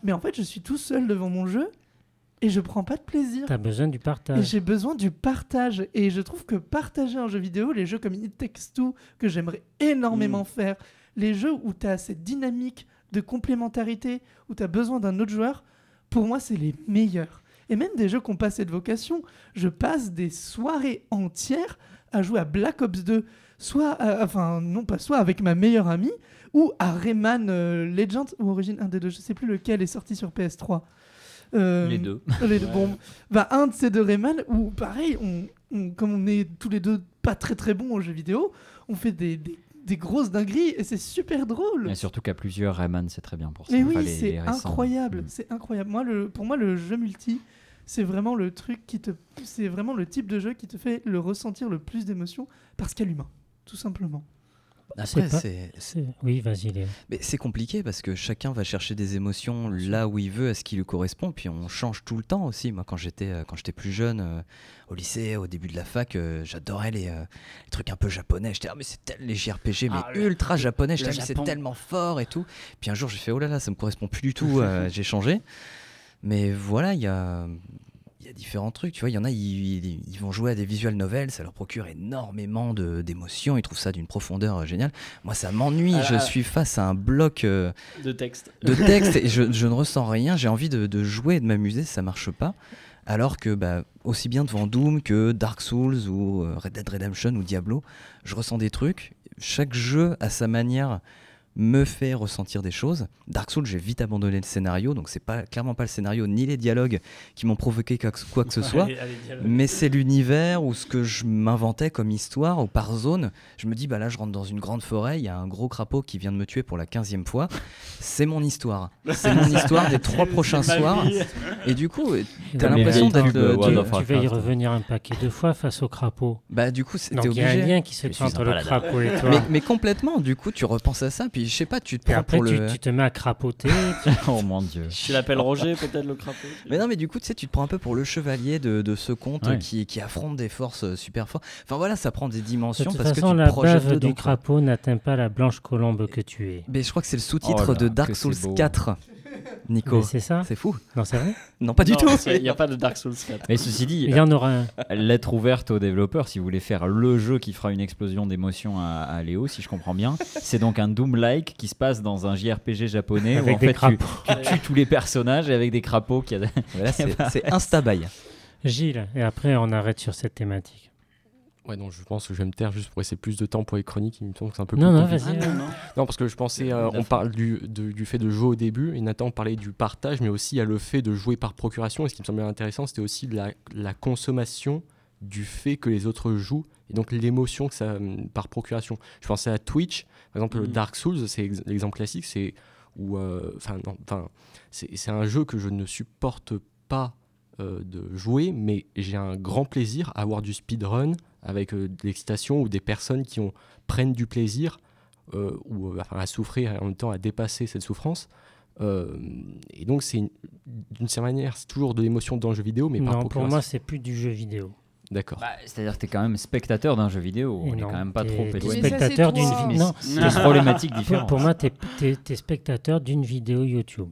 mais en fait je suis tout seul devant mon jeu et je prends pas de plaisir. T'as besoin du Et partage. j'ai besoin du partage. Et je trouve que partager un jeu vidéo, les jeux comme It Takes Two, que j'aimerais énormément Mm. faire, les jeux où tu as cette dynamique de complémentarité, où tu as besoin d'un autre joueur, pour moi, c'est les meilleurs. Et même des jeux qui ont pas cette vocation, je passe des soirées entières à jouer à Black Ops deux, soit, à- enfin, non pas soit avec ma meilleure amie, ou à Rayman euh, Legends, ou Origin, un des deux, je sais plus lequel est sorti sur P S trois. Euh, Les deux. les deux. Ouais. Bon, bah, un de ces deux Rayman où pareil, on, on- comme on est tous les deux pas très très bons aux jeux vidéo, on fait des, des, des grosses dingueries et c'est super drôle. Et surtout qu'à plusieurs, Rayman, c'est très bien pour ça. Et Enfin, oui, les- c'est les récents. incroyable, Mm. c'est incroyable. Moi, le, pour moi, le jeu multi, c'est vraiment le truc qui te, c'est vraiment le type de jeu qui te fait le ressentir le plus d'émotions parce qu'il y a l'humain, tout simplement. Après, pas- c'est C'est- Oui, vas-y, Léo. mais c'est compliqué parce que chacun va chercher des émotions là où il veut, à ce qui lui correspond. Puis on change tout le temps aussi. Moi, quand j'étais euh, quand j'étais plus jeune, euh, au lycée, au début de la fac, euh, j'adorais les, euh, les trucs un peu japonais. J'étais ah mais c'est tel les J R P G mais Ah, le- ultra japonais. J'étais le ah, mais c'est Japon. tellement fort et tout. Puis un jour j'ai fait oh là là, ça me correspond plus du tout. euh, j'ai changé. Mais voilà, il y a il y a différents trucs, tu vois, il y en a, ils, ils- ils vont jouer à des visual novels, ça leur procure énormément de- d'émotions, ils trouvent ça d'une profondeur euh, géniale. Moi, ça m'ennuie, Ah, je ah. suis face à un bloc euh, De texte. de texte et je, je ne ressens rien, j'ai envie de, de jouer et de m'amuser, ça marche pas. Alors que, bah, aussi bien devant Doom que Dark Souls ou euh, Red Dead Redemption ou Diablo, je ressens des trucs. Chaque jeu, à sa manière, me fait ressentir des choses. Dark Souls, j'ai vite abandonné le scénario, donc c'est pas, clairement pas le scénario ni les dialogues qui m'ont provoqué quoi que, quoi que ce soit. Allez, allez, dialogue. Mais c'est l'univers ou ce que je m'inventais comme histoire ou par zone. Je me dis, bah là, je rentre dans une grande forêt, il y a un gros crapaud qui vient de me tuer pour la quinzième fois. C'est mon histoire. C'est mon histoire des trois prochains C'est ma soirs. vie. Et du coup, t'as Comme les l'impression vieilles d'être pubs, le- tu- World of Tu vas y Warcraft. revenir un paquet de fois face au crapaud. Bah, du coup, c'était Donc il y a un obligé. lien qui se Je fait suis entre un le paladin. crapaud et toi. Mais, mais complètement, du coup, tu repenses à ça, puis je sais pas, tu te Et prends après, pour tu, le. tu te mets à crapoter. Oh mon dieu. Tu l'appelles Roger, peut-être le crapaud. Mais non, mais du coup, tu sais, tu te prends un peu pour le chevalier de, de ce conte Ouais. qui, qui affronte des forces euh, super fortes. Enfin voilà, ça prend des De dimensions toute parce façon, que tu la te projettes bave dedans. du quoi. crapaud n'atteint pas la blanche colombe que tu es. Mais je crois que c'est le sous-titre Oh là, de Dark que c'est Souls beau. quatre, Nico. Mais c'est ça C'est fou. Non, c'est vrai. Non, pas du Non, tout. Il n'y a pas de Dark Souls quatre. Mais ceci dit, Il y en aura un. lettre ouverte aux développeurs, si vous voulez faire le jeu qui fera une explosion d'émotions à, à Léo, si je comprends bien. C'est donc un Doom-like qui se passe dans un J R P G japonais où Avec en des fait tu, crapauds. tu tues tous les personnages et avec des crapauds qui a... Voilà, c'est c'est insta-buy. Gilles, et après on arrête sur cette thématique. Ouais, donc je pense que je vais me taire juste pour laisser plus de temps pour les chroniques. Il me semble que c'est un peu Non, plus non, compliqué. vas-y. Ah, non, non. Non, parce que je pensais, Euh, euh, la on fin. parle du, de- du fait de jouer au début, et Nathan parlait du partage, mais aussi il y a le fait de jouer par procuration. Et ce qui me semblait intéressant, c'était aussi la, la consommation du fait que les autres jouent, et donc l'émotion que ça hum, par procuration. Je pensais à Twitch, par exemple, Mhm. Dark Souls, c'est ex- l'exemple classique, c'est où, euh, enfin, non, enfin, c'est c'est un jeu que je ne supporte pas euh, de jouer, mais j'ai un grand plaisir à avoir du speedrun avec euh, de l'excitation ou des personnes qui ont, prennent du plaisir euh, ou euh, enfin, à souffrir et en même temps à dépasser cette souffrance. Euh, et donc, c'est une- d'une certaine manière, c'est toujours de l'émotion dans le jeu vidéo, mais par Non, pour procuration. moi, c'est plus du jeu vidéo. D'accord. Bah, c'est-à-dire que tu es quand même spectateur d'un jeu vidéo. Et On est non, quand même pas t'es- trop t'es éloigné. Mais ça, spectateur c'est d'une toi. vi- non, C'est des problématiques pour, différentes. pour moi, t'es es, es spectateur d'une vidéo YouTube.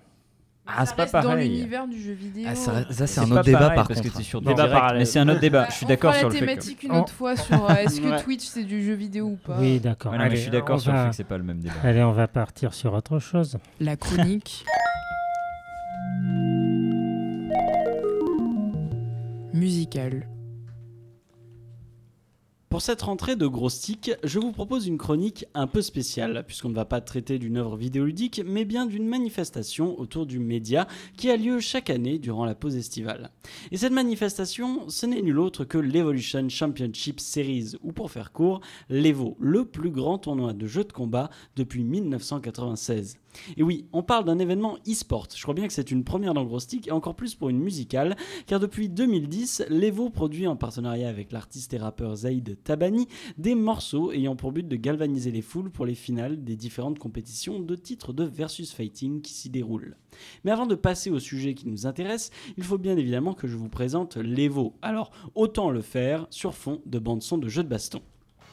Ah, Ça c'est pas reste dans pareil. l'univers du jeu vidéo. Ah, ça, ça, c'est C'est un pas autre débat pareil, par parce contre. que tu es sur Débat direct, parallèle. mais c'est un autre débat. Bah, Je suis on d'accord fera sur la le fait que... thématique une autre fois sur euh, est-ce que Ouais. Twitch c'est du jeu vidéo ou pas. Oui, d'accord. Ouais, non, mais Allez, je suis d'accord on sur le va- fait que c'est pas le même débat. Allez, on va partir sur autre chose. La chronique musicale. Pour cette rentrée de Gros Stick, je vous propose une chronique un peu spéciale, puisqu'on ne va pas traiter d'une œuvre vidéoludique, mais bien d'une manifestation autour du média qui a lieu chaque année durant la pause estivale. Et cette manifestation, ce n'est nul autre que l'Evolution Championship Series, ou pour faire court, l'Evo, le plus grand tournoi de jeux de combat depuis mille neuf cent quatre-vingt-seize. Et oui, on parle d'un événement e-sport. Je crois bien que c'est une première dans Gros Stick, et encore plus pour une musicale, car depuis deux mille dix, l'Evo produit en partenariat avec l'artiste et rappeur Zaïd Tabani des morceaux ayant pour but de galvaniser les foules pour les finales des différentes compétitions de titres de versus fighting qui s'y déroulent. Mais avant de passer au sujet qui nous intéresse, il faut bien évidemment que je vous présente l'Evo. Alors, autant le faire sur fond de bande-son de jeux de baston.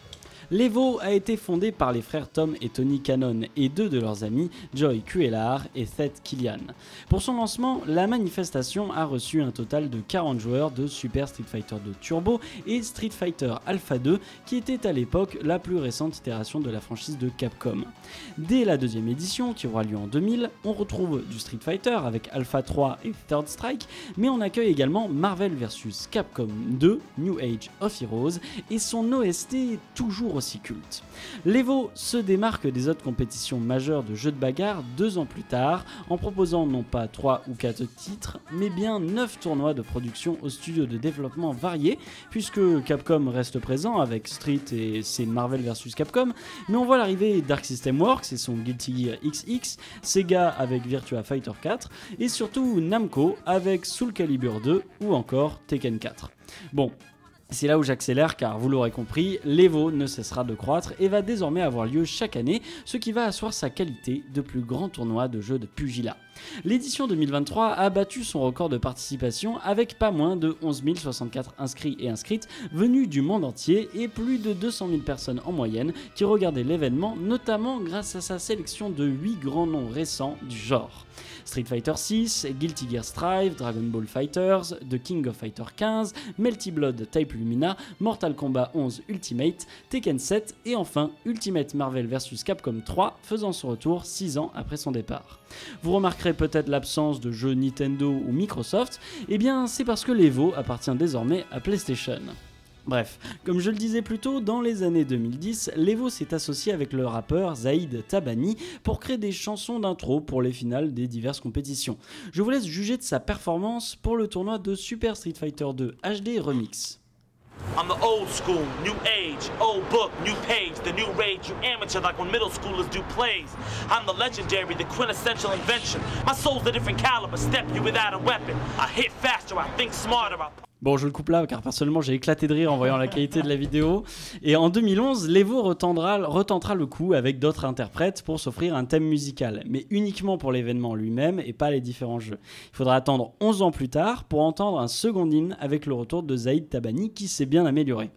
L'Evo a été fondé par les frères Tom et Tony Cannon et deux de leurs amis, Joy Cuellar et Seth Killian. Pour son lancement, la manifestation a reçu un total de quarante joueurs de Super Street Fighter deux Turbo et Street Fighter Alpha deux, qui était à l'époque la plus récente itération de la franchise de Capcom. Dès la deuxième édition, qui aura lieu en deux mille, on retrouve du Street Fighter avec Alpha trois et Third Strike, mais on accueille également Marvel versus. Capcom deux, New Age of Heroes, et son O S T est toujours aussi culte. L'Evo se démarque des autres compétitions majeures de jeux de bagarre deux ans plus tard, en proposant non pas trois ou quatre titres, mais bien neuf tournois de production aux studios de développement variés, puisque Capcom reste présent avec Street et c'est Marvel versus. Capcom, mais on voit l'arrivée Dark System Works et son Guilty Gear X X, Sega avec Virtua Fighter quatre, et surtout Namco avec Soul Calibur deux ou encore Tekken quatre. Bon, c'est là où j'accélère car vous l'aurez compris, l'Evo ne cessera de croître et va désormais avoir lieu chaque année, ce qui va asseoir sa qualité de plus grand tournoi de jeux de pugilat. L'édition deux mille vingt-trois a battu son record de participation avec pas moins de onze mille soixante-quatre inscrits et inscrites venus du monde entier et plus de deux cent mille personnes en moyenne qui regardaient l'événement, notamment grâce à sa sélection de huit grands noms récents du genre. Street Fighter six, Guilty Gear Strive, Dragon Ball Fighters, The King of Fighters quinze, Melty Blood Type Lumina, Mortal Kombat onze Ultimate, Tekken sept et enfin Ultimate Marvel versus. Capcom trois faisant son retour six ans après son départ. Vous remarquerez peut-être l'absence de jeux Nintendo ou Microsoft, et bien c'est parce que l'Evo appartient désormais à PlayStation. Bref, comme je le disais plus tôt, dans les années deux mille dix, l'Evo s'est associé avec le rappeur Zaïd Tabani pour créer des chansons d'intro pour les finales des diverses compétitions. Je vous laisse juger de sa performance pour le tournoi de Super Street Fighter deux H D Remix. I'm the old school, new age, old book, new page, the new rage, you amateur like when middle schoolers do plays. I'm the legendary, the quintessential invention. My soul's a different caliber, step you without a weapon. I hit faster, I think smarter, I... Bon, je le coupe là car personnellement j'ai éclaté de rire en voyant la qualité de la vidéo. Et en deux mille onze, l'Evo retentera, retentera le coup avec d'autres interprètes pour s'offrir un thème musical, mais uniquement pour l'événement lui-même et pas les différents jeux. Il faudra attendre onze ans plus tard pour entendre un second hymne avec le retour de Zaïd Tabani qui s'est bien amélioré.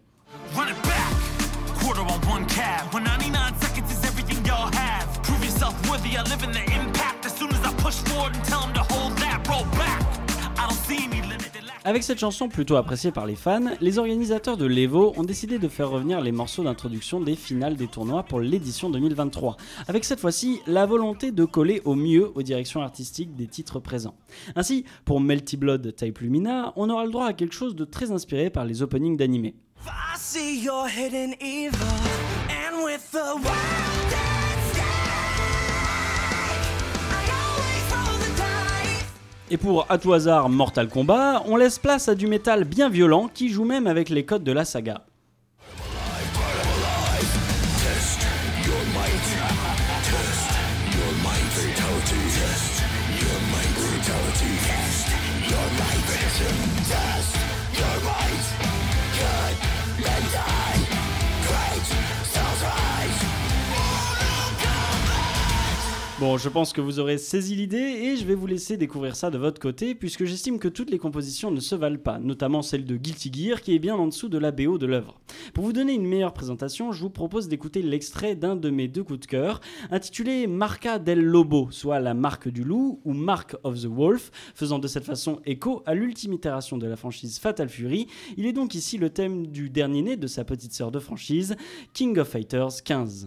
Avec cette chanson plutôt appréciée par les fans, les organisateurs de l'Evo ont décidé de faire revenir les morceaux d'introduction des finales des tournois pour l'édition deux mille vingt-trois, avec cette fois-ci la volonté de coller au mieux aux directions artistiques des titres présents. Ainsi, pour Melty Blood Type Lumina, on aura le droit à quelque chose de très inspiré par les openings d'animé. Et pour à tout hasard Mortal Kombat, on laisse place à du métal bien violent qui joue même avec les codes de la saga. Bon, je pense que vous aurez saisi l'idée et je vais vous laisser découvrir ça de votre côté puisque j'estime que toutes les compositions ne se valent pas, notamment celle de Guilty Gear qui est bien en dessous de la B O de l'œuvre. Pour vous donner une meilleure présentation, je vous propose d'écouter l'extrait d'un de mes deux coups de cœur, intitulé Marca del Lobo, soit la marque du loup ou Mark of the Wolf, faisant de cette façon écho à l'ultime itération de la franchise Fatal Fury. Il est donc ici le thème du dernier né de sa petite sœur de franchise, King of Fighters quinze.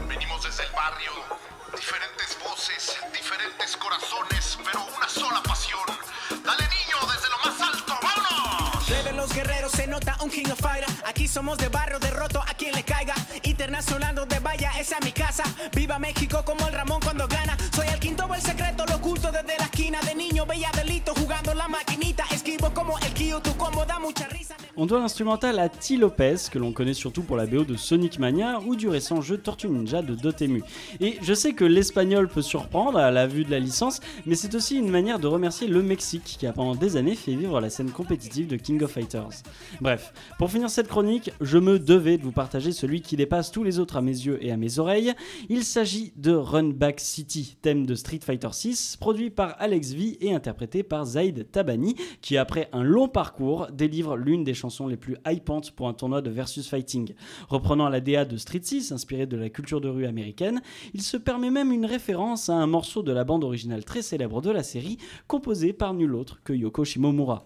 Un king of fighter, aquí somos de barrio derroto a quien le caiga. Internacional donde vaya, esa es mi casa. Viva México como el Ramón cuando gana. Soy el quinto, el secreto, lo oculto desde la esquina. De niño veía delito jugando la maquinita. Esquivo como el Kyo, tu combo da mucha risa. On doit l'instrumental à T. Lopez, que l'on connaît surtout pour la B O de Sonic Mania ou du récent jeu Tortue Ninja de Dotemu. Et je sais que l'espagnol peut surprendre à la vue de la licence, mais c'est aussi une manière de remercier le Mexique qui a pendant des années fait vivre la scène compétitive de King of Fighters. Bref, pour finir cette chronique, je me devais de vous partager celui qui dépasse tous les autres à mes yeux et à mes oreilles. Il s'agit de Run Back City, thème de Street Fighter six, produit par Alex V et interprété par Zaïd Tabani, qui après un long parcours délivre l'une des chansons chansons les plus hypantes pour un tournoi de versus fighting. Reprenant la D A de Street six, inspiré de la culture de rue américaine, il se permet même une référence à un morceau de la bande originale très célèbre de la série, composé par nul autre que Yoko Shimomura.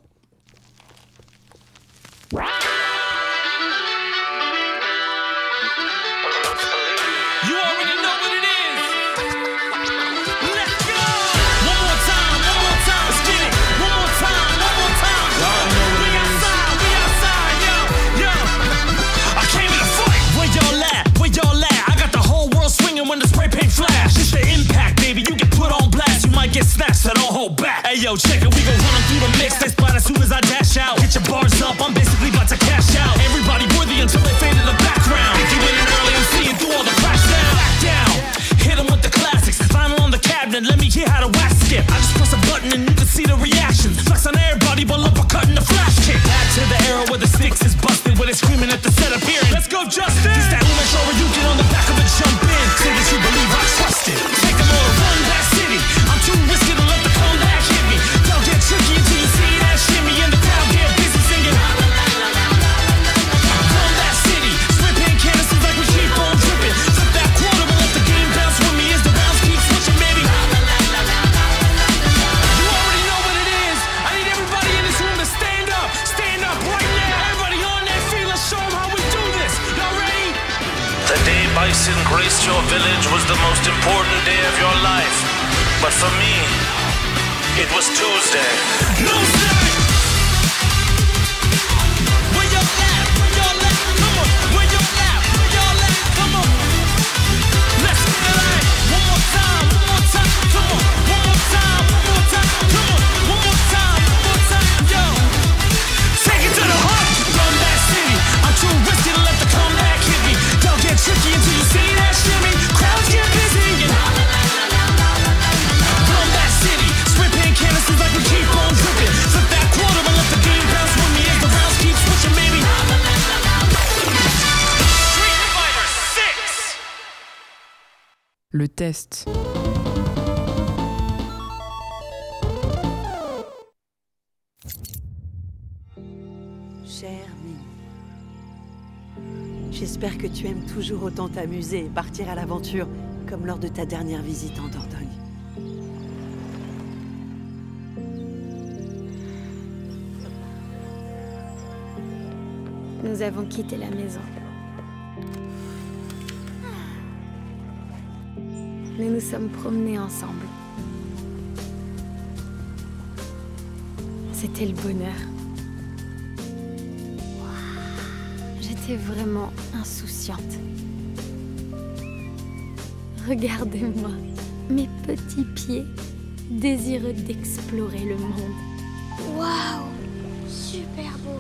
Get snatched, so don't hold back. Hey yo, check it, we gon' run 'em through the mix. They spot as soon as I dash out. Get your bars up, I'm basically about to cash out. Everybody worthy until they fade in the background. If you in an early, I'm seeing through all the crash down. Back down, hit 'em with the classics. Vinyl on the cabinet, let me hear how to wax skip. I just press a button and you can see the reaction. Flex on everybody, but uppercut in the flash kick. Back to the era where the sticks is busted, where they screaming at the set appearance. Let's go, Justin! This that Ume show where you get on the back of a jump in. Say that you believe I trust it. Take 'em all to run that city. I'm too risky to let the comeback hit me. Don't get tricky until you see that shimmy and the crowd get busy singing. Run that city, spray paint canvases like we keep on dripping. Flip that quarter and let the game bounce with me as the rounds keep switching, baby. You already know what it is. I need everybody in this room to stand up, stand up right now. Everybody on that feet, let's show 'em how we do this. Y'all ready? The day Bison graced your village was the most important day of your life. But for me, it was Tuesday. Tuesday! Where y'all at? Where y'all at? Come on. Where y'all at? Where y'all at? Come on. Let's get it right. One more time. One more time. Come on. One more time. One more time. Come on. One more time. One more time. Yo. Take it to the heart. Run that city. I'm too risky to let the comeback hit me. Don't get tricky until you see that shimmy. Crowds get busy. And canvases like we keep on dripping. Flip that quarter and let the game bounce with me as the rounds keep switching, baby. Street Fighter six. Le test. Cher Mimi, j'espère que tu aimes toujours autant t'amuser et partir à l'aventure comme lors de ta dernière visite en Dordogne. Nous avons quitté la maison. Nous nous sommes promenés ensemble. C'était le bonheur. J'étais vraiment insouciante. Regardez-moi, mes petits pieds, désireux d'explorer le monde. Waouh, super beau.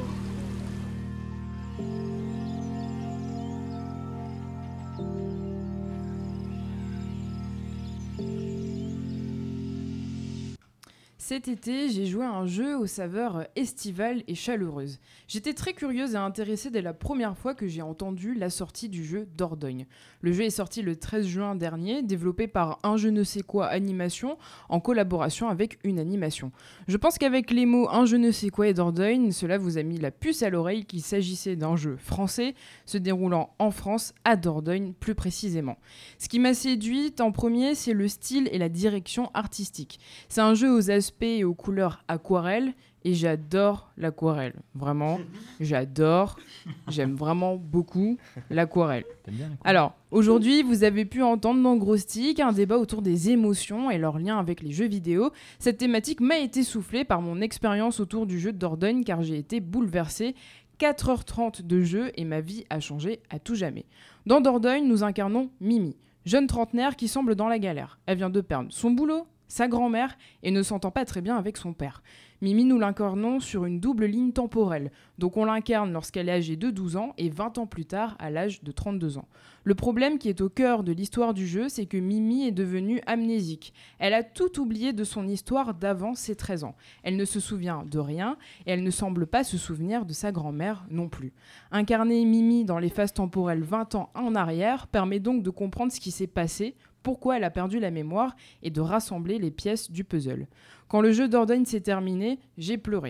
Cet été, j'ai joué à un jeu aux saveurs estivales et chaleureuses. J'étais très curieuse et intéressée dès la première fois que j'ai entendu la sortie du jeu Dordogne. Le jeu est sorti le treize juin dernier, développé par Un je ne sais quoi animation, en collaboration avec une animation. Je pense qu'avec les mots Un je ne sais quoi et Dordogne, cela vous a mis la puce à l'oreille qu'il s'agissait d'un jeu français, se déroulant en France, à Dordogne plus précisément. Ce qui m'a séduite en premier, c'est le style et la direction artistique. C'est un jeu aux aspects et aux couleurs aquarelles et j'adore l'aquarelle. Vraiment, j'adore, j'aime vraiment beaucoup l'aquarelle. Alors, aujourd'hui, vous avez pu entendre dans Gros Stick un débat autour des émotions et leur lien avec les jeux vidéo. Cette thématique m'a été soufflée par mon expérience autour du jeu de Dordogne car j'ai été bouleversée. quatre heures trente de jeu et ma vie a changé à tout jamais. Dans Dordogne, nous incarnons Mimi, jeune trentenaire qui semble dans la galère. Elle vient de perdre son boulot, sa grand-mère et ne s'entend pas très bien avec son père. Mimi, nous l'incarnons sur une double ligne temporelle. Donc on l'incarne lorsqu'elle est âgée de douze ans et vingt ans plus tard à l'âge de trente-deux ans. Le problème qui est au cœur de l'histoire du jeu, c'est que Mimi est devenue amnésique. Elle a tout oublié de son histoire d'avant ses treize ans. Elle ne se souvient de rien et elle ne semble pas se souvenir de sa grand-mère non plus. Incarner Mimi dans les phases temporelles vingt ans en arrière permet donc de comprendre ce qui s'est passé, pourquoi elle a perdu la mémoire et de rassembler les pièces du puzzle. Quand le jeu Dordogne s'est terminé, j'ai pleuré.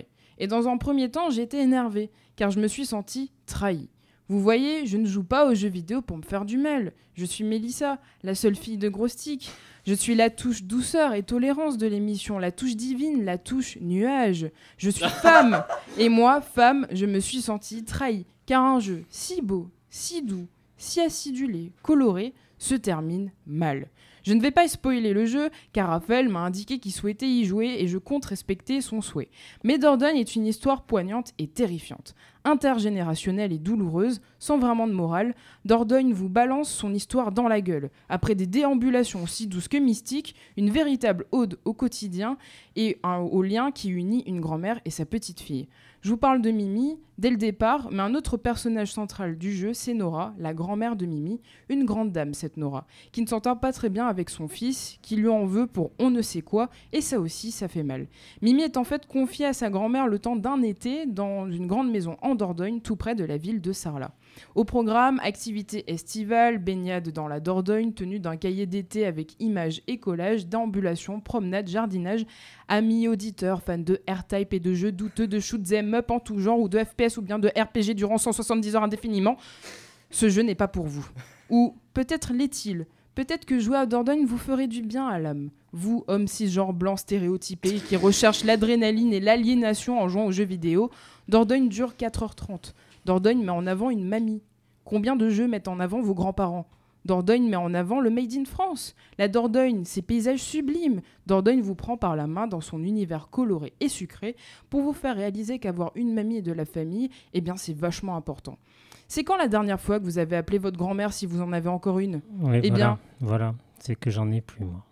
Et dans un premier temps, j'ai été énervée, car je me suis sentie trahie. Vous voyez, je ne joue pas aux jeux vidéo pour me faire du mal. Je suis Mélissa, la seule fille de Grostic. Je suis la touche douceur et tolérance de l'émission, la touche divine, la touche nuage. Je suis femme. Et moi, femme, je me suis sentie trahie, car un jeu si beau, si doux, si acidulé, coloré, se termine mal. Je ne vais pas spoiler le jeu, car Raphaël m'a indiqué qu'il souhaitait y jouer et je compte respecter son souhait. Mais Dordogne est une histoire poignante et terrifiante. Intergénérationnelle et douloureuse, sans vraiment de morale, Dordogne vous balance son histoire dans la gueule. Après des déambulations aussi douces que mystiques, une véritable ode au quotidien et un, au lien qui unit une grand-mère et sa petite-fille. Je vous parle de Mimi dès le départ, mais un autre personnage central du jeu, c'est Nora, la grand-mère de Mimi, une grande dame cette Nora, qui ne s'entend pas très bien avec son fils, qui lui en veut pour on ne sait quoi, et ça aussi, ça fait mal. Mimi est en fait confiée à sa grand-mère le temps d'un été dans une grande maison en Dordogne, tout près de la ville de Sarlat. Au programme, activités estivales, baignade dans la Dordogne, tenue d'un cahier d'été avec images et collages, déambulations, promenades, jardinage. Amis auditeurs, fans de R-Type et de jeux douteux, de shoot'em up en tout genre, ou de F P S ou bien de R P G durant cent soixante-dix heures indéfiniment, ce jeu n'est pas pour vous. Ou peut-être l'est-il. Peut-être que jouer à Dordogne vous ferait du bien à l'âme. Vous, homme cisgenre blanc stéréotypé, qui recherche l'adrénaline et l'aliénation en jouant aux jeux vidéo, Dordogne dure quatre heures trente. Dordogne met en avant une mamie. Combien de jeux mettent en avant vos grands-parents ? Dordogne met en avant le Made in France. La Dordogne, ses paysages sublimes. Dordogne vous prend par la main dans son univers coloré et sucré pour vous faire réaliser qu'avoir une mamie et de la famille, eh bien c'est vachement important. C'est quand la dernière fois que vous avez appelé votre grand-mère si vous en avez encore une ? Oui, Eh voilà, bien, voilà, c'est que j'en ai plus, moi.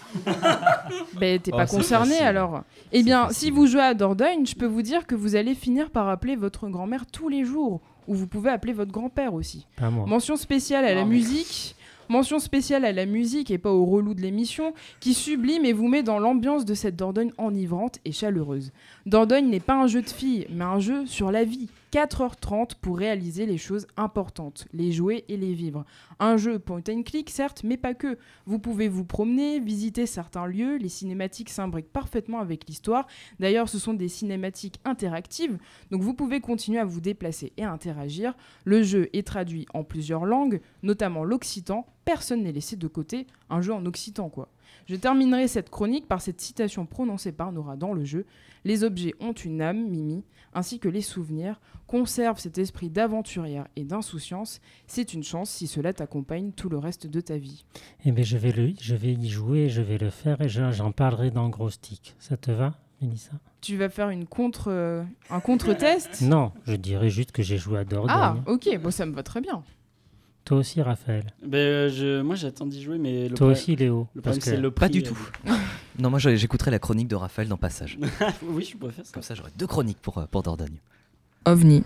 ben, t'es Oh, pas c'est concerné facile. alors. Eh bien, si vous jouez à Dordogne, je peux vous dire que vous allez finir par appeler votre grand-mère tous les jours. Ou vous pouvez appeler votre grand-père aussi. Pas moi. Mention spéciale à la Non, mais- musique. Mention spéciale à la musique et pas au relou de l'émission, qui sublime et vous met dans l'ambiance de cette Dordogne enivrante et chaleureuse. Dordogne n'est pas un jeu de filles, mais un jeu sur la vie. quatre heures trente pour réaliser les choses importantes, les jouer et les vivre. Un jeu point and click, certes, mais pas que. Vous pouvez vous promener, visiter certains lieux, les cinématiques s'imbriquent parfaitement avec l'histoire. D'ailleurs, ce sont des cinématiques interactives, donc vous pouvez continuer à vous déplacer et à interagir. Le jeu est traduit en plusieurs langues, notamment l'occitan. Personne n'est laissé de côté, un jeu en occitan quoi. Je terminerai cette chronique par cette citation prononcée par Nora dans le jeu. Les objets ont une âme, Mimi, ainsi que les souvenirs. Conserve cet esprit d'aventurière et d'insouciance. C'est une chance si cela t'accompagne tout le reste de ta vie. Eh bien, je vais, le, je vais y jouer, je vais le faire et je- j'en parlerai dans Grostic. Ça te va, Mélissa ? Tu vas faire une contre, euh, un contre-test ? Non, je dirais juste que j'ai joué à Dordogne. Ah, ok, bon, ça me va très bien. Toi aussi, Raphaël. Ben, euh, je, moi j'attends d'y jouer, mais le Toi problème- aussi, Léo, Le parce problème, c'est que- le Pas prix, du euh, tout. Non, moi je- j'écouterai la chronique de Raphaël dans Passage. oui, je pourrais faire ça. Comme ça, j'aurai deux chroniques pour, euh, pour Dordogne. OVNI.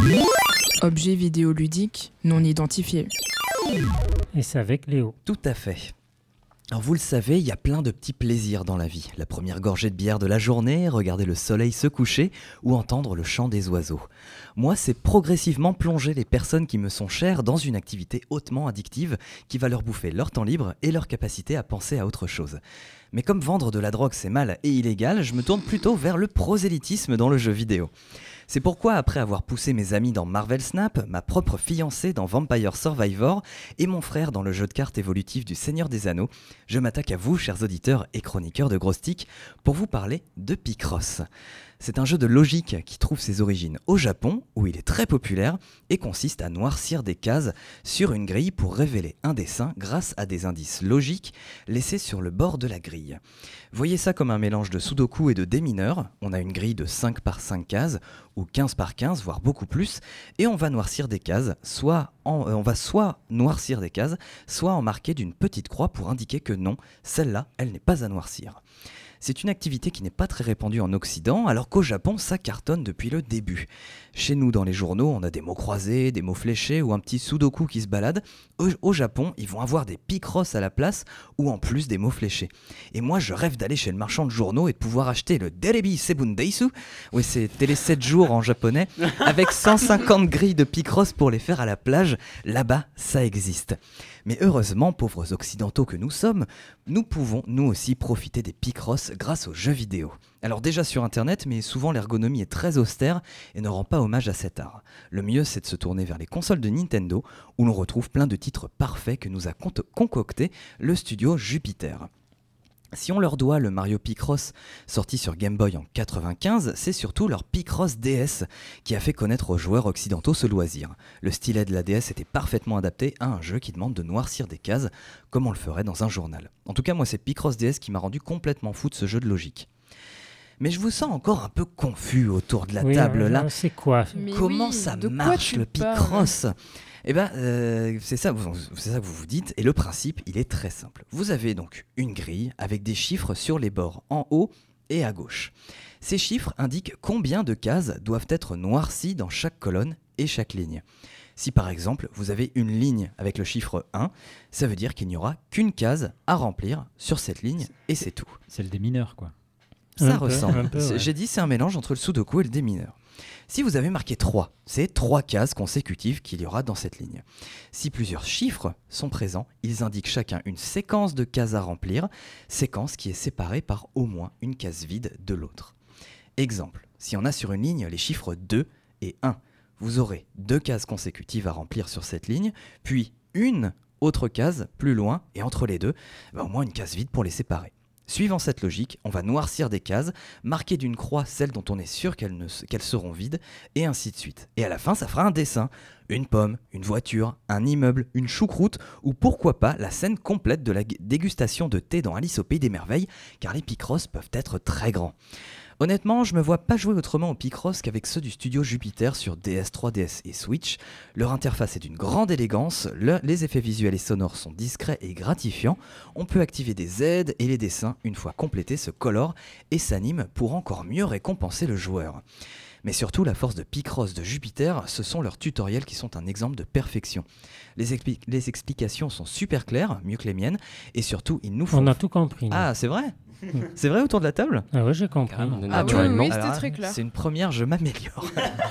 Objet vidéoludique non identifié. Et c'est avec Léo. Tout à fait. Alors vous le savez, il y a plein de petits plaisirs dans la vie. La première gorgée de bière de la journée, regarder le soleil se coucher ou entendre le chant des oiseaux. Moi, c'est progressivement plonger les personnes qui me sont chères dans une activité hautement addictive qui va leur bouffer leur temps libre et leur capacité à penser à autre chose. Mais comme vendre de la drogue c'est mal et illégal, je me tourne plutôt vers le prosélytisme dans le jeu vidéo. C'est pourquoi, après avoir poussé mes amis dans Marvel Snap, ma propre fiancée dans Vampire Survivor et mon frère dans le jeu de cartes évolutif du Seigneur des Anneaux, je m'attaque à vous, chers auditeurs et chroniqueurs de Grostic, pour vous parler de Picross. C'est un jeu de logique qui trouve ses origines au Japon, où il est très populaire, et consiste à noircir des cases sur une grille pour révéler un dessin grâce à des indices logiques laissés sur le bord de la grille. Voyez ça comme un mélange de sudoku et de démineur. On a une grille de cinq par cinq cases, ou quinze par quinze, voire beaucoup plus, et on va noircir des cases, soit en, euh, on va soit noircir des cases, soit en marquer d'une petite croix pour indiquer que non, celle-là, elle n'est pas à noircir. C'est une activité qui n'est pas très répandue en Occident, alors qu'au Japon, ça cartonne depuis le début. Chez nous, dans les journaux, on a des mots croisés, des mots fléchés ou un petit sudoku qui se balade. Au, au Japon, ils vont avoir des Picross à la place ou en plus des mots fléchés. Et moi, je rêve d'aller chez le marchand de journaux et de pouvoir acheter le Derebi Sebun Deisu, oui, c'est télé sept jours en japonais, avec cent cinquante grilles de Picross pour les faire à la plage. Là-bas, ça existe. Mais heureusement, pauvres occidentaux que nous sommes, nous pouvons nous aussi profiter des Picross plus grâce aux jeux vidéo. Alors déjà sur internet, mais souvent l'ergonomie est très austère et ne rend pas hommage à cet art. Le mieux c'est de se tourner vers les consoles de Nintendo où l'on retrouve plein de titres parfaits que nous a con- concocté le studio Jupiter. Si on leur doit le Mario Picross sorti sur Game Boy en quatre-vingt-quinze, c'est surtout leur Picross D S qui a fait connaître aux joueurs occidentaux ce loisir. Le stylet de la D S était parfaitement adapté à un jeu qui demande de noircir des cases comme on le ferait dans un journal. En tout cas, moi c'est Picross D S qui m'a rendu complètement fou de ce jeu de logique. Mais je vous sens encore un peu confus autour de la Oui, table euh, là. C'est quoi? Mais Comment oui, ça de quoi marche tu le parles Picross? Eh ben, euh, c'est ça, vous- c'est ça que vous vous dites. Et le principe, il est très simple. Vous avez donc une grille avec des chiffres sur les bords, en haut et à gauche. Ces chiffres indiquent combien de cases doivent être noircies dans chaque colonne et chaque ligne. Si par exemple, vous avez une ligne avec le chiffre un, ça veut dire qu'il n'y aura qu'une case à remplir sur cette ligne et c'est tout. C'est le démineur, quoi. Ça Un peu, ressemble. un peu, C'est- ouais. J'ai dit c'est un mélange entre le sudoku et le démineur. Si vous avez marqué trois, c'est trois cases consécutives qu'il y aura dans cette ligne. Si plusieurs chiffres sont présents, ils indiquent chacun une séquence de cases à remplir, séquence qui est séparée par au moins une case vide de l'autre. Exemple, si on a sur une ligne les chiffres deux et un, vous aurez deux cases consécutives à remplir sur cette ligne, puis une autre case plus loin, et entre les deux, bah, au moins une case vide pour les séparer. Suivant cette logique, on va noircir des cases, marquer d'une croix celles dont on est sûr qu'elles, ne, qu'elles seront vides, et ainsi de suite. Et à la fin, ça fera un dessin, une pomme, une voiture, un immeuble, une choucroute, ou pourquoi pas la scène complète de la gu- dégustation de thé dans Alice au Pays des Merveilles, car les Picross peuvent être très grands. Honnêtement, je me vois pas jouer autrement aux Picross qu'avec ceux du studio Jupiter sur D S, trois D S et Switch. Leur interface est d'une grande élégance, le- les effets visuels et sonores sont discrets et gratifiants. On peut activer des aides et les dessins, une fois complétés, se colorent et s'animent pour encore mieux récompenser le joueur. Mais surtout, la force de Picross de Jupiter, ce sont leurs tutoriels qui sont un exemple de perfection. Les, expli- les explications sont super claires, mieux que les miennes, et surtout, ils nous font... On a tout compris. nous. Ah, c'est vrai C'est vrai autour de la table? Ah ouais, j'ai compris. Carrément. Ah oui, Naturellement. oui, c'était Alors, très clair. C'est une première, je m'améliore.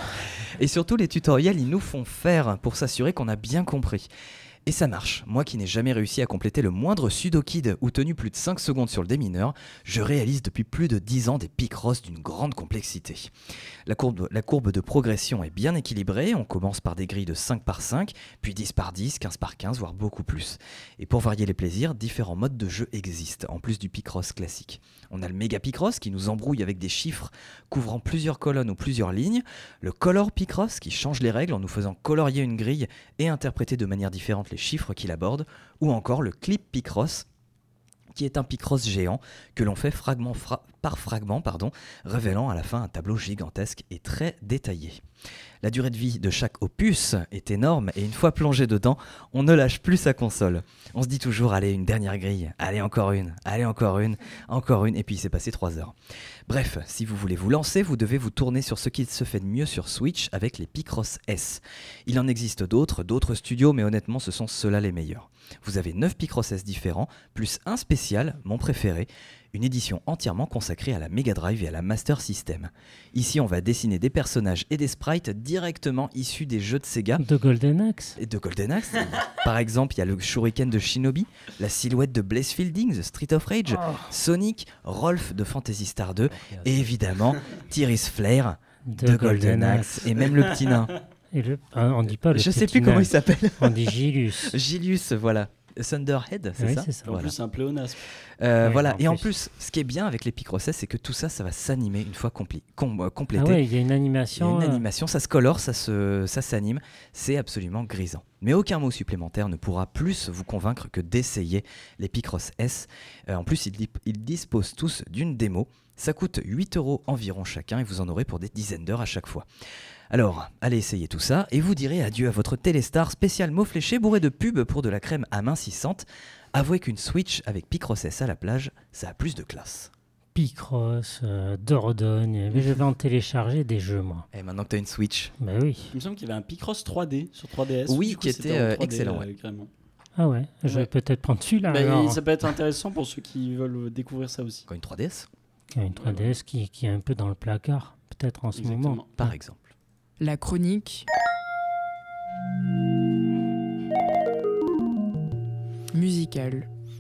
Et surtout, les tutoriels, ils nous font faire pour s'assurer qu'on a bien compris. Et ça marche. Moi qui n'ai jamais réussi à compléter le moindre sudokid ou tenu plus de cinq secondes sur le démineur, je réalise depuis plus de dix ans des Picross d'une grande complexité. La courbe, la courbe de progression est bien équilibrée. On commence par des grilles de cinq par cinq, puis dix par dix, quinze par quinze, voire beaucoup plus. Et pour varier les plaisirs, différents modes de jeu existent, en plus du Picross classique. On a le Mega Picross qui nous embrouille avec des chiffres couvrant plusieurs colonnes ou plusieurs lignes, le Color Picross qui change les règles en nous faisant colorier une grille et interpréter de manière différente les chiffres qu'il aborde, ou encore le Clip Picross qui est un Picross géant que l'on fait fragment fra- par fragment, pardon, révélant à la fin un tableau gigantesque et très détaillé. La durée de vie de chaque opus est énorme et une fois plongé dedans, on ne lâche plus sa console. On se dit toujours, allez, une dernière grille, allez, encore une, allez, encore une, encore une, et puis il s'est passé trois heures. Bref, si vous voulez vous lancer, vous devez vous tourner sur ce qui se fait de mieux sur Switch avec les Picross S. Il en existe d'autres, d'autres studios, mais honnêtement, ce sont ceux-là les meilleurs. Vous avez neuf Picross S différents, plus un spécial, mon préféré, une édition entièrement consacrée à la Mega Drive et à la Master System. Ici, on va dessiner des personnages et des sprites directement issus des jeux de Sega. De Golden Axe. Et de Golden Axe. Par exemple, il y a le Shuriken de Shinobi, la silhouette de Blaze Fielding, The Street of Rage, Oh. Sonic, Rolf de Phantasy Star deux, et évidemment, Tyris Flare de, Golden Axe, et même le petit nain. Et le... ah, on dit pas le Je sais petit plus comment nain. il s'appelle. On dit Gilius. Gilius, voilà. Thunderhead, c'est Oui, ça, c'est ça. En Voilà. plus, c'est un pléonasme. Euh, Ouais, voilà. en Et en plus. plus, ce qui est bien avec les Picross S, c'est que tout ça, ça va s'animer une fois compli- com- euh, Ah complété. ouais, il y a une Il y a animation. une euh, animation, ça se colore, ça, se, ça s'anime, c'est absolument grisant. Mais aucun mot supplémentaire ne pourra plus vous convaincre que d'essayer les Picross S. Euh, en plus, ils, dip- ils disposent tous d'une démo. Ça coûte huit euros environ chacun et vous en aurez pour des dizaines d'heures à chaque fois. Alors, allez essayer tout ça et vous direz adieu à votre Téléstar spécial mot fléché bourré de pub pour de la crème amincissante. Avouez qu'une Switch avec Picross S à la plage, ça a plus de classe. Picross, euh, Dordogne. Mais je vais en télécharger des jeux, moi. Et maintenant que tu as une Switch. Bah oui. Il me semble qu'il y avait un Picross trois D sur trois D S. Oui, Du coup, qui c'était était, en euh, trois D, excellent, euh, ouais. carrément. Ah ouais, je vais Ouais. peut-être prendre celui-là. Bah, alors. ça peut être intéressant pour ceux qui veulent découvrir ça aussi. Quand une trois D S, Il y a une trois D S qui, qui est un peu dans le placard, peut-être en ce Exactement. moment. par exemple. La chronique musicale.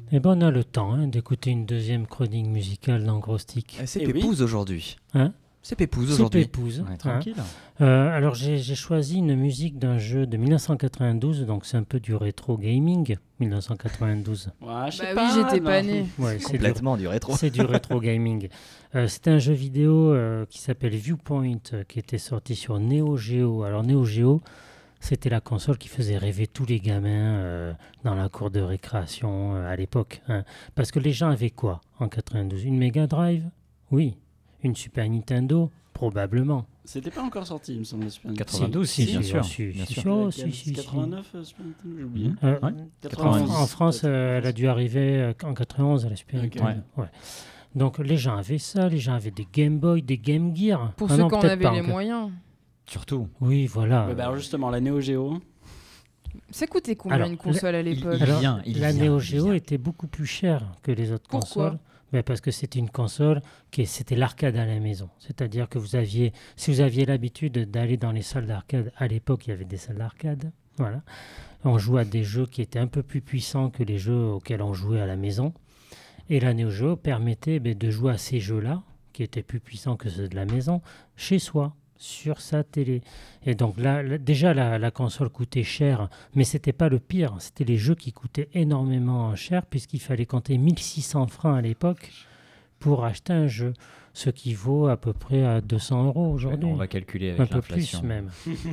Eh ben, on a le temps hein, d'écouter une deuxième chronique musicale dans Gros Stick. Eh, C'est Eh Pépouze aujourd'hui. Hein C'est Pépouze C'est aujourd'hui. Pépouze. Ouais, hein. tranquille. Euh, alors j'ai j'ai choisi une musique d'un jeu de mille neuf cent quatre-vingt-douze, donc c'est un peu du rétro gaming, mille neuf cent quatre-vingt-douze. Ouais, je sais Bah pas, oui, j'étais non. pas né. Ouais, c'est du, Complètement du rétro. c'est du rétro gaming. Euh, C'était un jeu vidéo euh, qui s'appelle Viewpoint, euh, qui était sorti sur Neo Geo. Alors Neo Geo, c'était la console qui faisait rêver tous les gamins euh, dans la cour de récréation euh, à l'époque. hein. Parce que les gens avaient quoi en quatre-vingt-douze? Une Mega Drive? Oui. Une Super Nintendo? Probablement. C'était pas encore sorti, il me semble, le Super Nintendo. quatre-vingt-douze, si, bien sûr. Si, bien si, sûr. si, oh, Laquelle si, si, si. quatre-vingt-neuf, euh, Super Nintendo, j'ai oublié. Euh, Ouais. en, quatre-vingt-dix, en France, peut-être. euh, elle a dû arriver euh, en quatre-vingt-onze à la Super Ok. Nintendo. Ouais. Donc les gens avaient ça, les gens avaient des Game Boy, des Game Gear. Pour Ah ceux non, qui en peut-être avaient pas les encore. moyens. Surtout. Oui, voilà. Ouais, bah alors justement, la Neo Geo. Ça coûtait combien Alors, une console à il- l'époque il- Alors, vient, il la vient, Neo il Geo vient. était beaucoup plus chère que les autres Pourquoi consoles. Ben parce que c'était une console qui c'était l'arcade à la maison. C'est-à-dire que vous aviez, si vous aviez l'habitude d'aller dans les salles d'arcade, à l'époque il y avait des salles d'arcade, voilà. On jouait à des jeux qui étaient un peu plus puissants que les jeux auxquels on jouait à la maison. Et la Neo Geo permettait ben, de jouer à ces jeux-là, qui étaient plus puissants que ceux de la maison, chez soi, sur sa télé. Et donc là, là, déjà la, la console coûtait cher, mais c'était pas le pire, c'était les jeux qui coûtaient énormément cher, puisqu'il fallait compter mille six cents francs à l'époque pour acheter un jeu, ce qui vaut à peu près à deux cents euros aujourd'hui. On va calculer Un avec peu plus l'inflation. même.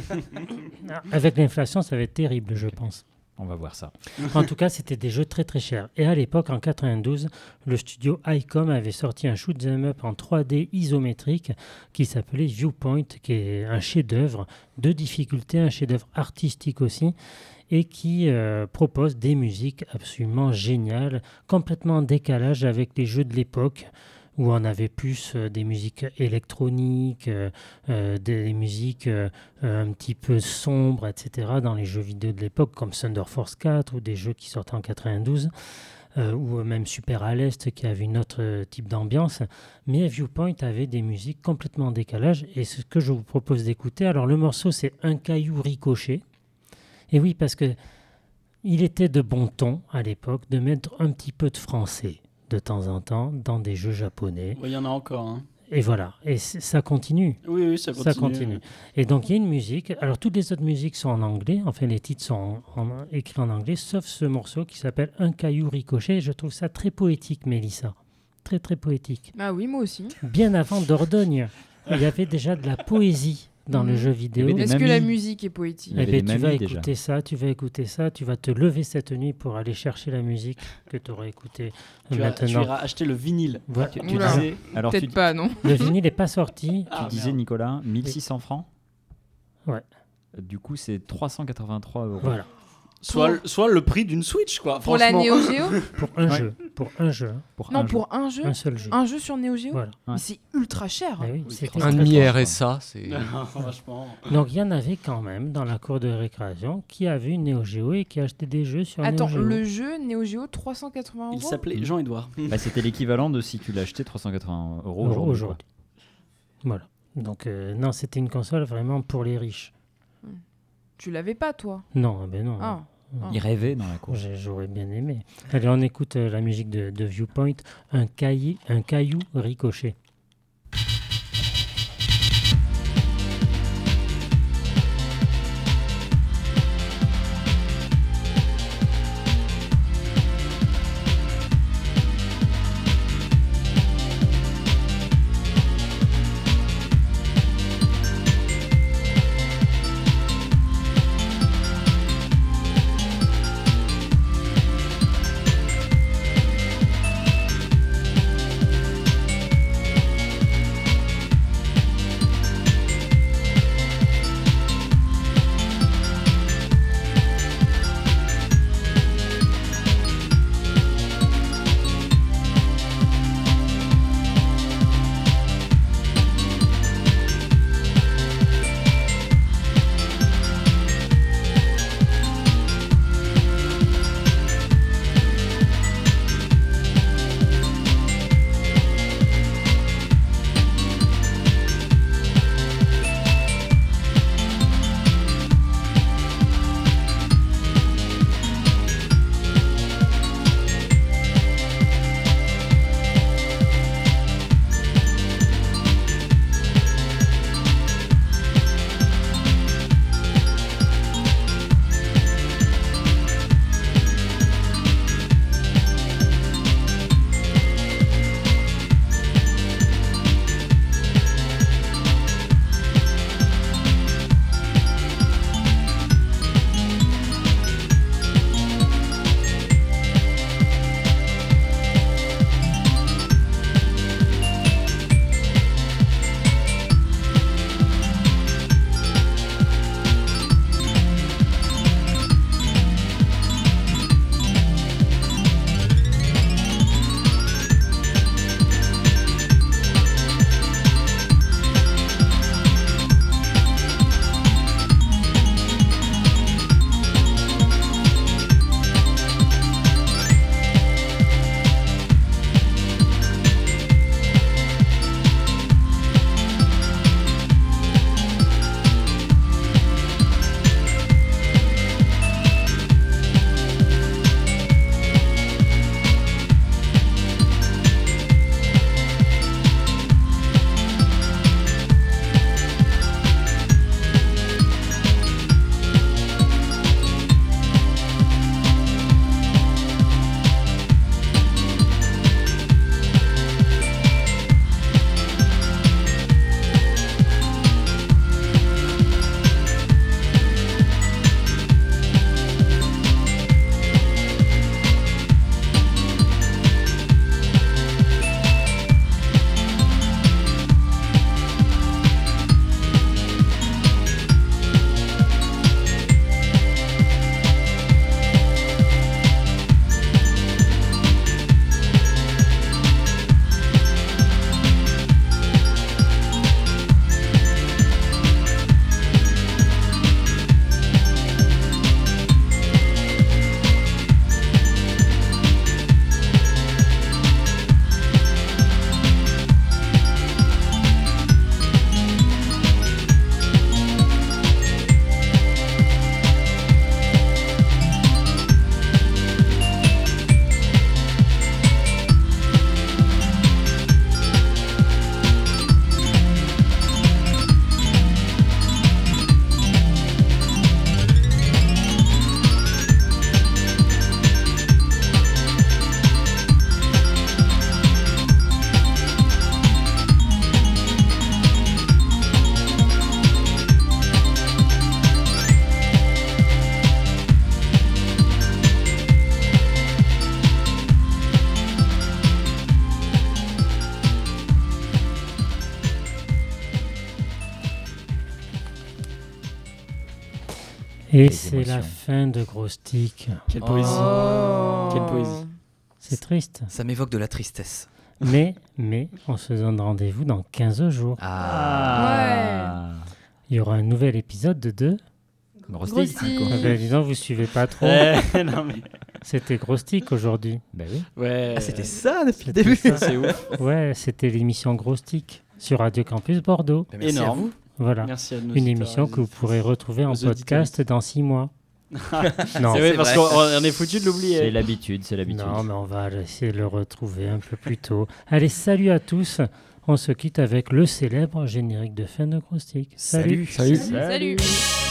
Avec l'inflation, ça va être terrible, je pense. On va voir ça. En tout cas, c'était des jeux très très chers. Et à l'époque, en quatre-vingt-douze, le studio ICOM avait sorti un shoot 'em up en trois D isométrique qui s'appelait Viewpoint, qui est un chef-d'œuvre de difficulté, un chef-d'œuvre artistique aussi, et qui euh, propose des musiques absolument géniales, complètement en décalage avec les jeux de l'époque, où on avait plus euh, des musiques électroniques, euh, euh, des musiques euh, euh, un petit peu sombres, et cetera, dans les jeux vidéo de l'époque, comme Thunder Force quatre, ou des jeux qui sortaient en quatre-vingt-douze, euh, ou même Super à l'Est, qui avait une autre euh, type d'ambiance. Mais Viewpoint avait des musiques complètement en décalage, et ce que je vous propose d'écouter, alors le morceau, c'est Un caillou ricoché. Et oui, parce que il était de bon ton, à l'époque, de mettre un petit peu de français de temps en temps dans des jeux japonais. Il y en a encore. Hein. Et voilà, et c- ça continue. Oui, oui, ça continue. Ça continue. Et donc il y a une musique, alors toutes les autres musiques sont en anglais, enfin les titres sont en- en- écrits en anglais, sauf ce morceau qui s'appelle Un caillou ricochet. Je trouve ça très poétique, Mélissa. Très très poétique. Ah oui, moi aussi. Bien avant Dordogne, il y avait déjà de la poésie dans le Mhm. jeu vidéo. Il y avait des Est-ce que la mamies. musique est poétique Il y Eh avait ben, des tu vas mamies, déjà. écouter ça, tu vas écouter ça, tu vas te lever cette nuit pour aller chercher la musique que tu aurais écoutée Tu, vas- tu maintenant. iras acheter le vinyle. Voilà. Tu, tu Oula. disais, alors tu, Peut-être pas, non. Le vinyle n'est pas sorti. tu Ah, disais merde. Nicolas, mille six cents francs. Ouais. Euh, Du coup, c'est trois cent quatre-vingt-trois euros. Voilà. Soit, le- soit le prix d'une Switch, quoi. Pour la franchement. Neo Geo Pour un Ouais. jeu. Pour un jeu. hein. Pour Non, un pour un jeu Un seul jeu. Un jeu sur Neo Geo Voilà. Mais c'est ultra cher. Eh oui, Oui, c'était franchement. Un très demi fort. R S A, c'est. Franchement. Donc il y en avait quand même dans la cour de récréation qui avait une Neo Geo et qui achetait des jeux sur Attends, Neo Geo. le jeu Neo Geo trois cent quatre-vingts euros Il s'appelait Jean-Edouard. Bah, c'était l'équivalent de si tu l'achetais trois cent quatre-vingts euros Euros aujourd'hui. aujourd'hui. Voilà. Donc euh, non, c'était une console vraiment pour les riches. Tu l'avais pas, toi Non, ah ben non. Ah. quoi. Il rêvait dans la cour. J'ai- J'aurais bien aimé. Allez, on écoute euh, la musique de, de Viewpoint, un, cailli- un caillou ricochet. Thank Et Les c'est la émotions. fin de Grostic. Quelle poésie. Oh. Quelle poésie. C'est triste. Ça m'évoque de la tristesse. Mais, mais, on se donne rendez-vous dans quinze jours. Ah. Il y aura un nouvel épisode de deux. Grostic. Grostic. Ah ben, dis donc, vous suivez pas trop. Eh, non, mais... C'était Grostic aujourd'hui. Ben oui. Ouais. Ah, c'était ça depuis le C'était début. ça. C'est ouf. Ouais, c'était l'émission Grostic sur Radio Campus Bordeaux. Bah, merci à Énorme. vous. Voilà. Merci à nos Une auditeurs émission et que vous pourrez retrouver en aux podcast dans six mois. non, C'est vrai, C'est parce vrai. qu'on on est foutu de C'est l'oublier. l'habitude, c'est l'habitude. non, mais on va essayer de le retrouver un peu plus tôt. Allez, salut à tous. On se quitte avec le célèbre générique de fin de Grostic. Salut. Salut. Salut. Salut.